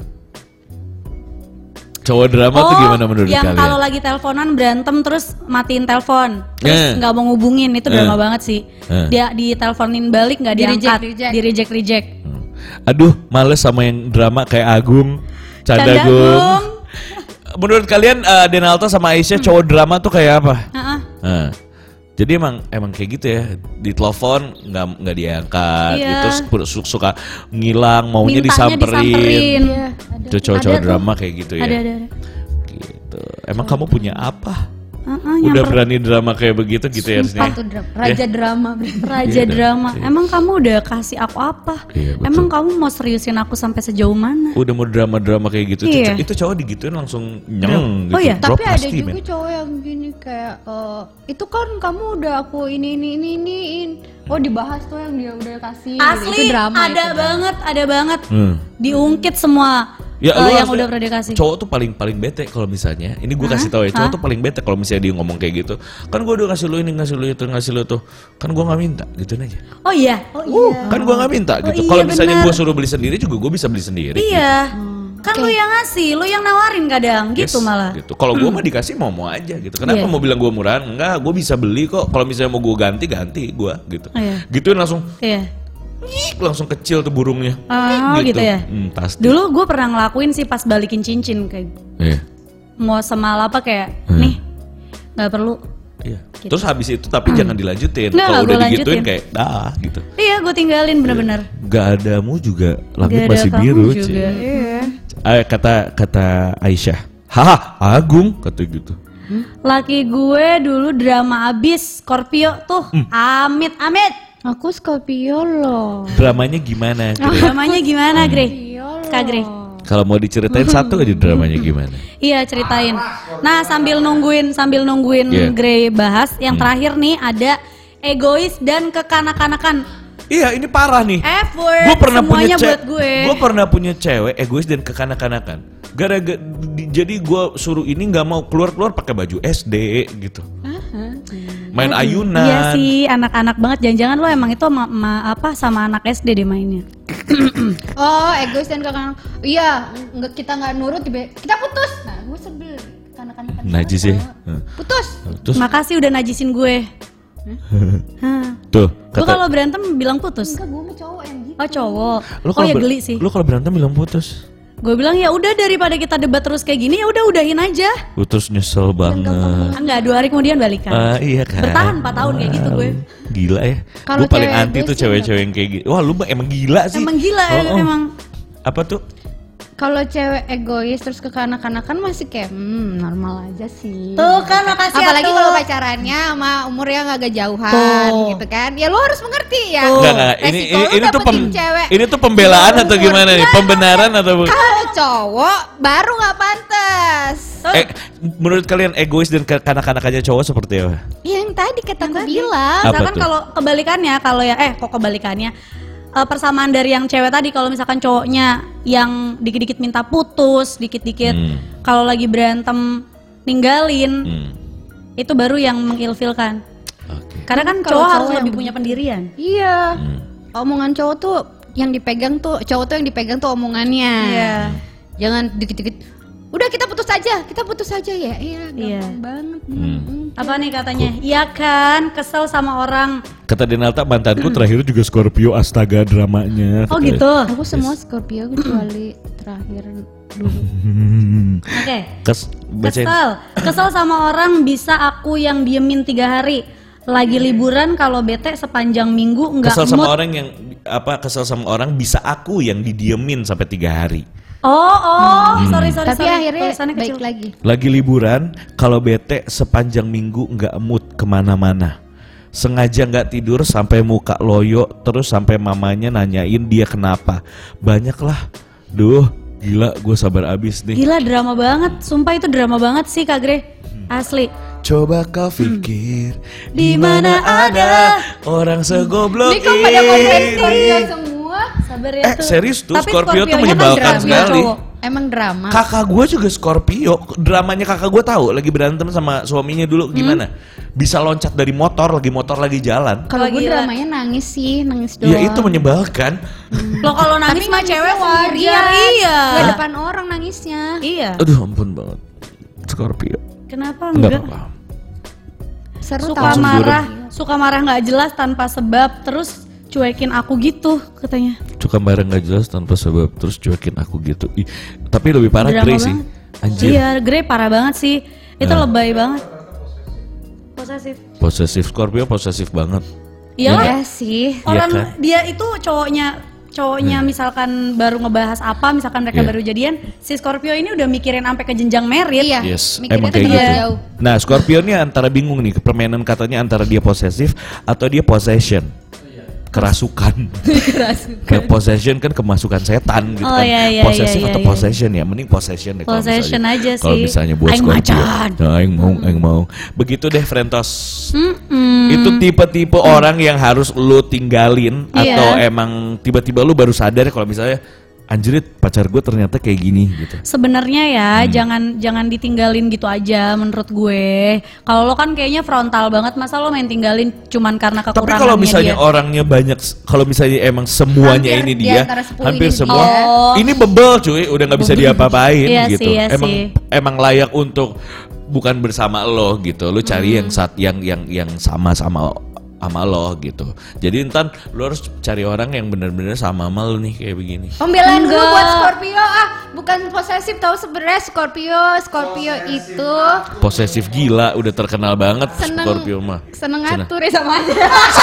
Cowok drama tuh gimana menurut yang kalian? kalau lagi teleponan berantem terus matiin telepon, terus Eh. nggak mau ngubungin itu drama Eh. banget sih. Eh. Dia diteleponin balik nggak Di reject, diangkat, reject. di reject reject. Hmm. Aduh, males sama yang drama kayak Agung, Canda Candagung. Agung. Menurut kalian uh, Denalta sama Aisyah cowok drama tuh kayak apa? Heeh. Nah, jadi emang emang kayak gitu ya, di telepon nggak nggak diangkat, Iya. gitu su- suka ngilang, maunya Mintanya disamperin. disamperin. Iya, ada. Itu cowok-cowok Ada tuh. drama kayak gitu ya. Ada ada ada. Gitu. Emang kamu punya apa? Heeh, Udah nyamper- berani drama kayak begitu gitu ya harusnya. Sumpah tuh drama. Raja drama. Raja Iya, drama. iya. Emang kamu udah kasih aku apa? Iya, betul. Emang kamu mau seriusin aku sampai sejauh mana? Udah mau drama-drama kayak gitu, Iya. itu, itu cowok digituin langsung nyeng Oh gitu. iya? Drop Tapi ada pasti, juga men. cowok yang gini kayak eh, itu kan kamu udah aku ini ini ini iniin. Oh dibahas tuh yang dia udah kasih. Asli itu drama. ada itu. banget, ada banget. Hmm. Diungkit semua Ya, eh, lu yang harus- udah pernah dikasih. Cowok tuh paling paling bete kalau misalnya, ini gue kasih tahu ya, cowok Hah? tuh paling bete kalau misalnya dia ngomong kayak gitu. Kan gue udah ngasih lu ini, ngasih lu itu, ngasih lu tuh. Kan gue nggak minta, gituin aja. Oh iya. Oh Uh, kan gue nggak minta Oh gitu. iya, Kalau misalnya benar. gue suruh beli sendiri juga gue bisa beli sendiri. Iya. Kan lu yang ngasih, lu yang nawarin kadang Yes, gitu malah. Gitu. Kalau gue mah dikasih mau mau aja gitu. Kenapa Iya. mau bilang gue murahan? Enggak, gue bisa beli kok. Kalau misalnya mau gue ganti ganti gue gitu. Iya. Gituin langsung, Iya. nyik, langsung kecil tuh burungnya. Oh gitu, ya. Hmm, pasti. Dulu gue pernah ngelakuin sih pas balikin cincin kayak Iya. mau semal apa kayak Hmm. nih nggak perlu. Iya. Terus habis itu tapi jangan dilanjutin. Nggak, Kalau nggak udah gua digituin lanjutin. kayak dah gitu. Iya gue tinggalin bener-bener. Gak adamu juga langit Nggak ada masih kamu biru juga. Ci. Iya. Eh, kata kata Aisyah, haha Agung kata gitu. Laki gue dulu drama abis Scorpio tuh. Hmm. Amit amit. Aku Scorpio loh. Dramanya gimana? Gre? Dramanya gimana, Gre? Scorpio loh. Kak Gre. Kalau mau diceritain satu aja dramanya gimana? Iya ceritain. Nah sambil nungguin sambil nungguin Yeah. Gre bahas, yang Hmm. terakhir nih ada egois dan kekanak-kanakan. Iya ini parah nih. Effort. Gue pernah punya semuanya cewek, buat gue. gue pernah punya cewek egois dan kekanak-kanakan. Gara-gara di- jadi gue suruh ini nggak mau keluar-keluar pakai baju S D gitu. Main ayunan. Iya sih, anak-anak banget. Jangan-jangan lo emang itu sama, sama- apa sama anak S D deh mainnya. Oh, egois dan kakak. Iya, nggak kita nggak nurut, tiba- kita putus. Nah, gue sebel. Kanak-kanak. Najis ya. Hah. Putus. Terus Makasih udah najisin gue. Hah. tuh Gue kata kalau berantem bilang putus. Enggak, gue mau cowok yang gitu. Oh cowok. lu Oh kalau ya ber- geli sih. lu kalau berantem bilang putus. Gue bilang ya udah daripada kita debat terus kayak gini ya udah udahin aja. Putus nyesel banget. Enggak, dua hari kemudian balikan. Ah, iya kan. Bertahan empat tahun kayak gitu gue. Gila ya. Kalau Gue paling cewek anti egois tuh sih cewek-cewek yang kayak gitu. Wah lu emang gila sih. Emang gila Oh, oh. emang. Apa tuh? Kalau cewek egois terus ke kanak-kanakan masih kayak hmm, normal aja sih. Tuh kan makasih ya Apalagi tuh. kalau pacarannya sama umur yang agak jauhan Tuh. gitu kan. Ya lu harus mengerti ya. Tuh. Enggak, enggak. Ini Resiko ini, lu ini tuh dapetin pem- cewek. ini tuh pembelaan atau Umur. gimana nih? Pembenaran atau bu- Kalau cowok baru nggak pantas. Eh, menurut kalian egois dan ke- kanak-kanakannya cowok seperti apa? Yang tadi kata aku Tadi. bilang. Apa Misalkan tuh? kalau kebalikannya, kalau ya eh kok kebalikannya eh, persamaan dari yang cewek tadi, kalau misalkan cowoknya yang dikit-dikit minta putus, dikit-dikit Hmm. kalau lagi berantem ninggalin, Hmm. itu baru yang mengilfilkan. Oke. Karena kan Kalau cowok cowok harus yang lebih punya pendirian. Iya. Hmm. Omongan cowok tuh yang dipegang tuh, cowok tuh yang dipegang tuh omongannya. Iya. Jangan dikit-dikit udah kita putus aja, kita putus aja ya. Iya, gampang Iya. banget. Hmm. Hmm. Apa nih katanya? Iya kan, kesel sama orang. Kata Denalta mantanku terakhir juga Scorpio, astaga dramanya. Oh katanya. gitu. Aku semua Scorpio kecuali terakhir dulu. Hmm. Oke. Kes, bacain. Kesel, kesel sama orang bisa aku yang diemin tiga hari. Lagi liburan kalau bete sepanjang minggu nggak Kesel sama mood. orang yang apa? Kesel sama orang bisa aku yang didiemin sampai tiga hari. Oh oh, sorry sorry Tapi sorry. akhirnya Tulisannya baik kecil. lagi. Lagi liburan, kalau bete sepanjang minggu nggak mood kemana-mana. Sengaja nggak tidur sampai muka loyo, terus sampai mamanya nanyain dia kenapa. Banyak lah. Duh, gila gue sabar abis nih. Gila drama banget, sumpah itu drama banget sih Kak Gre. Asli. Coba kau pikir Di mana ada orang segoblok Ini kok pada komen ini. Scorpio semua? Sabar ya Eh tuh. serius tuh Tapi Scorpio tuh Scorpionya kan menyebalkan drama sekali. cowok. Emang drama. Kakak gue juga Scorpio. Dramanya kakak gue tahu lagi berantem sama suaminya dulu gimana? Bisa loncat dari motor, lagi motor lagi jalan. Kalau Wah, gue gila. dramanya nangis sih, nangis doang. Ya itu menyebalkan. Lo kalau nangis mah nangisnya cewek wajar. sendirian. Iya. Gak depan orang nangisnya. Iya. Aduh ampun banget. Scorpio. Kenapa Enggak enggak? apa-apa. Seru Suka tau. Langsung marah, suka marah nggak jelas tanpa sebab, terus cuekin aku gitu katanya. Suka marah nggak jelas tanpa sebab terus cuekin aku gitu. Ih, tapi lebih parah Drama Grey sih. banget. Anjir. Iya, Grey parah banget sih. Itu Nah. lebay banget. Posesif. Posesif Scorpio posesif banget. Iya lah. Iya sih. Orang Iya kan? dia itu cowoknya cowoknya misalkan baru ngebahas apa, misalkan mereka Iya. baru jadian, si Scorpio ini udah mikirin sampai ke jenjang merit. Iya. Yes, Mikirnya emang tuh kayak jauh gitu. jauh. Nah, Scorpio ini antara bingung nih, permainan katanya antara dia posesif atau dia possession. Kerasukan. Kayak possession kan kemasukan setan gitu Oh, kan. iya, iya, Possesif iya, atau iya. possession ya? Mending possession deh kalau Possession misalnya. aja Kalau sih. misalnya buat Aing Scorpio. macan. Nah, aing mau, aing mau. Begitu deh Frentos. Mm-mm. Itu tipe-tipe orang yang harus lu tinggalin Iya. atau emang tiba-tiba lu baru sadar kalau misalnya anjrit pacar gue ternyata kayak gini gitu. Sebenarnya ya Hmm. jangan jangan ditinggalin gitu aja menurut gue. Kalau lo kan kayaknya frontal banget, masa lo main tinggalin cuman karena Tapi kekurangannya kalau misalnya dia. orangnya banyak, kalau misalnya emang semuanya Hampir ini di dia, antara sepuluh hampir ini semua, dia. Oh. ini bebel cuy, udah nggak bisa diapa-apain Iya gitu. sih, iya emang sih. emang layak untuk bukan bersama lo gitu. Lo cari yang saat yang yang yang sama sama sama lo gitu. Jadi entar lo harus cari orang yang benar-benar sama sama lo nih kayak begini. Pembelaan dulu Enggak. buat Scorpio ah, bukan posesif tahu sebenarnya Scorpio, Scorpio itu Posesif gila, udah terkenal banget seneng Scorpio mah. seneng Seneng. ngatur ya sama aja.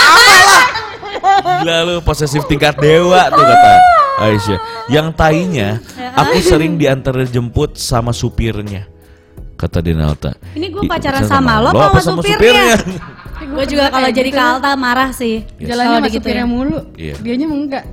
Gila lu posesif tingkat dewa tuh kata Aisyah. Yang tainya aku sering diantar jemput sama supirnya. Kata Denalta. Ini gue I- pacaran pacaran sama lo apa sama supirnya? Gue juga kalau jadi ke Alta marah sih. Yes. Jalannya Kalau sama digituin. supirnya mulu. Iya. Dianya mau enggak.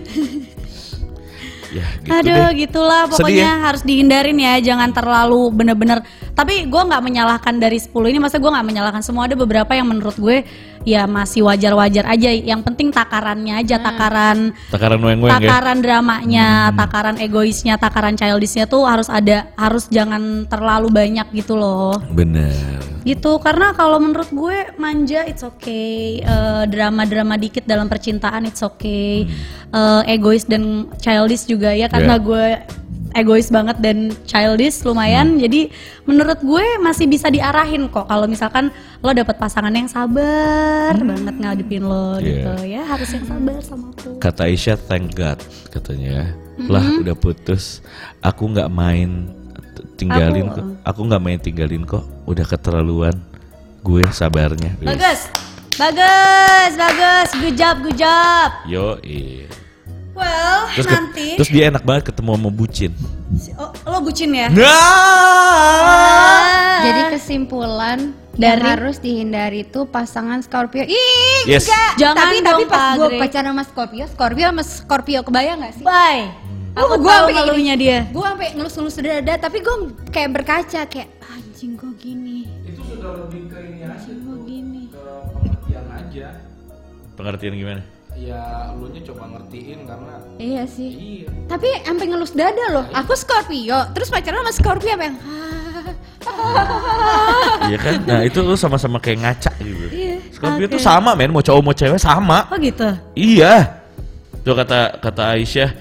Ya gitu Aduh deh. gitulah Sedih pokoknya ya? harus dihindarin ya, jangan terlalu bener-bener. Tapi gue nggak menyalahkan dari sepuluh ini, masa gue nggak menyalahkan semua, ada beberapa yang menurut gue ya masih wajar-wajar aja. Yang penting takarannya aja, takaran Takaran weng-weng ya. takaran dramanya, takaran egoisnya, takaran childishnya tuh harus ada, harus jangan terlalu banyak gitu loh. Bener. Gitu, karena kalau menurut gue manja it's okay, Eh, drama-drama dikit dalam percintaan it's okay, Eh, egois dan childish juga ya, karena Yeah. gue egois banget dan childish lumayan, jadi menurut gue masih bisa diarahin kok kalau misalkan lo dapet pasangan yang sabar banget ngadepin lo Yeah. gitu ya, harus yang sabar sama aku. Kata Aisyah thank God katanya. Lah udah putus. Aku nggak main t- tinggalin Aku- kok. Aku nggak main tinggalin kok. Udah keterlaluan. Gue sabarnya. Bagus, bagus, bagus, good job, good job. Yo iya. Well, Terus, ke- nanti terus dia enak banget ketemu sama bucin. oh, lo bucin ya? Nah. Jadi kesimpulan Dari- yang harus dihindari itu pasangan Scorpio. Ih, Yes. enggak. Jangan tapi dong, tapi pas Kak gue Gre. pacaran sama Scorpio, Scorpio sama Scorpio kebayang gak sih? Bye. Aku Gua tahu sampai kayak malunya gini. dia. Gue sampai ngelus-ngelus dada, tapi gue kayak berkaca kayak anjing gue gini. Itu sudah lebih ke ini aja Anjing gue gini. ke pengertian aja. Pengertian gimana? Ya lu nya coba ngertiin karena Iya sih. iya. Tapi sampai ngelus dada loh. Aku Scorpio, terus pacaran sama Scorpio apa yang Iya kan? Nah itu lu sama-sama kayak ngaca gitu. Iya. Scorpio Oke. tuh sama men, mau cowok mau cewek sama. Oh gitu. Iya. Tuh kata kata Aisyah,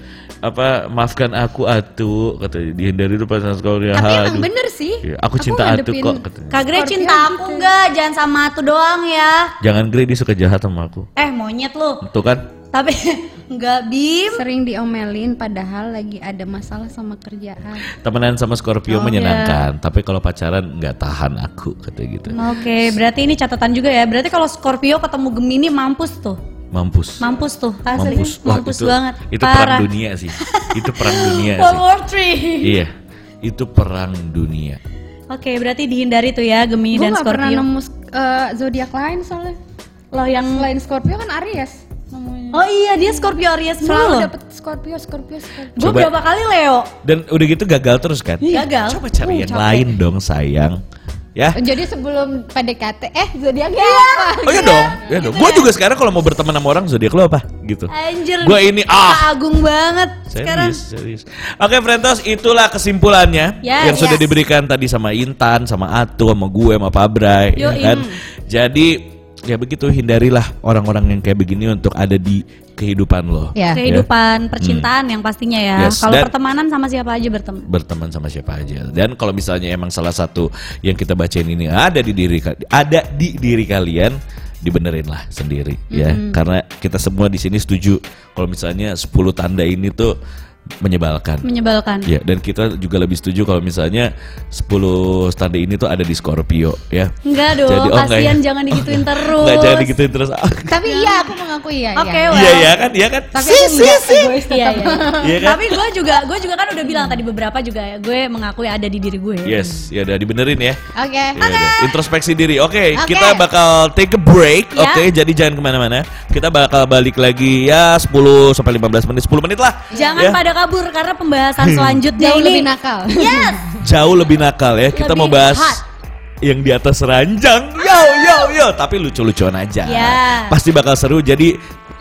apa maafkan aku Atu katanya, dihindari dulu pasangan sekolahnya. Tapi emang Aduh. bener sih. Iya, aku cinta Atu ngadepin- kok katanya. Kak Grey Scorpio cinta aku gitu. enggak, jangan sama Atu doang ya. Jangan Grey, dia suka jahat sama aku. Eh monyet lu. Tuh kan? Tapi enggak Bim. Sering diomelin padahal lagi ada masalah sama kerjaan. Temenan sama Scorpio Oh, menyenangkan, tapi kalau pacaran nggak tahan aku katanya gitu. Oke, berarti ini catatan juga ya. Berarti kalau Scorpio ketemu Gemini mampus tuh. Mampus. Mampus tuh, asli. Mampus. Wah, Mampus itu, banget. Itu Parah. perang dunia sih. Itu perang dunia World sih. War Three. Iya. Itu perang dunia. Oke, berarti dihindari tuh ya Gemini Gue dan gak pernah Scorpio. nemu uh, zodiak lain soalnya. Loh yang Selain Scorpio kan Aries namanya. Oh iya, dia Scorpio Aries mulu Selalu loh. dapet Scorpio, Scorpio, Scorpio. Gue Coba- berapa kali Leo? Dan udah gitu gagal terus kan? Gagal. Coba cari Uh, yang capek. lain dong sayang. Ya. Jadi sebelum P D K T, eh zodiaknya apa? Oh iya dong, ya dong. Gue juga sekarang kalau mau berteman sama orang zodiak lo apa? Gitu. Anjir. Gue ini ah. Kak Agung banget sekarang. Serius, serius. Oke, Frentos, itulah kesimpulannya Yes, yang sudah yes. diberikan tadi sama Intan, sama Atu, sama gue, sama Pak Bray, ya Yoi. kan? Jadi ya begitu, hindarilah orang-orang yang kayak begini untuk ada di kehidupan lo. Ya. Kehidupan percintaan yang pastinya ya. Yes, Kalau dan- pertemanan sama siapa aja berteman. Berteman sama siapa aja. Dan kalau misalnya emang salah satu yang kita bacain ini ada di diri ka- ada di diri kalian, dibenerin lah sendiri ya. Karena kita semua di sini setuju kalau misalnya sepuluh tanda ini tuh menyebalkan. Menyebalkan. Ya, dan kita juga lebih setuju kalau misalnya sepuluh tanda ini tuh ada di Scorpio ya. Enggak dong, Jadi, oh, enggak kasihan ya? jangan digituin terus. Enggak, jangan digituin terus. Tapi iya aku mengaku iya. Oke, iya. well. Iya ya kan? Iya kan? Tapi aku enggak egois Iya, tetap. iya. Iya kan? Tapi gue juga, gue juga kan udah bilang tadi beberapa juga ya, gue mengakui ada di diri gue. Yes, ya udah dibenerin ya. Oke. Ya udah, introspeksi diri. Oke, Oke. kita bakal take a break. Ya. Oke, jadi jangan kemana-mana. Kita bakal balik lagi ya sepuluh sampai lima belas menit, sepuluh menit lah. Jangan ya. pada kabur karena pembahasan selanjutnya Jauh ini lebih nakal. Yes. Jauh lebih nakal ya. Kita Lebih mau bahas hot. yang di atas ranjang. Yo yo yo, tapi lucu-lucuan aja. Ya. Pasti bakal seru. Jadi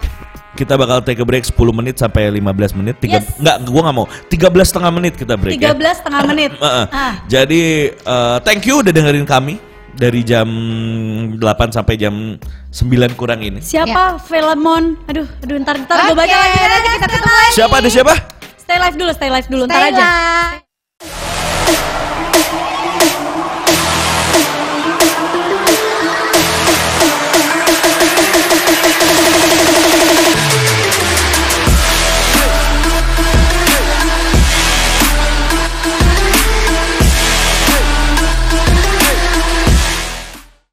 kita bakal take a break sepuluh menit sampai lima belas menit. Tiga, Yes. Enggak, gua nggak mau. tiga belas setengah menit kita break tiga ya. belas setengah menit. Heeh. Ah. Jadi eh, thank you udah dengerin kami dari jam delapan sampai jam sembilan kurang ini. Siapa? Velemon. Aduh, aduh ntar ntar gue Oke, baca lagi nanti kita ketemu lagi. Siapa ada siapa? Stay live dulu, stay live dulu ntar Stay aja. live.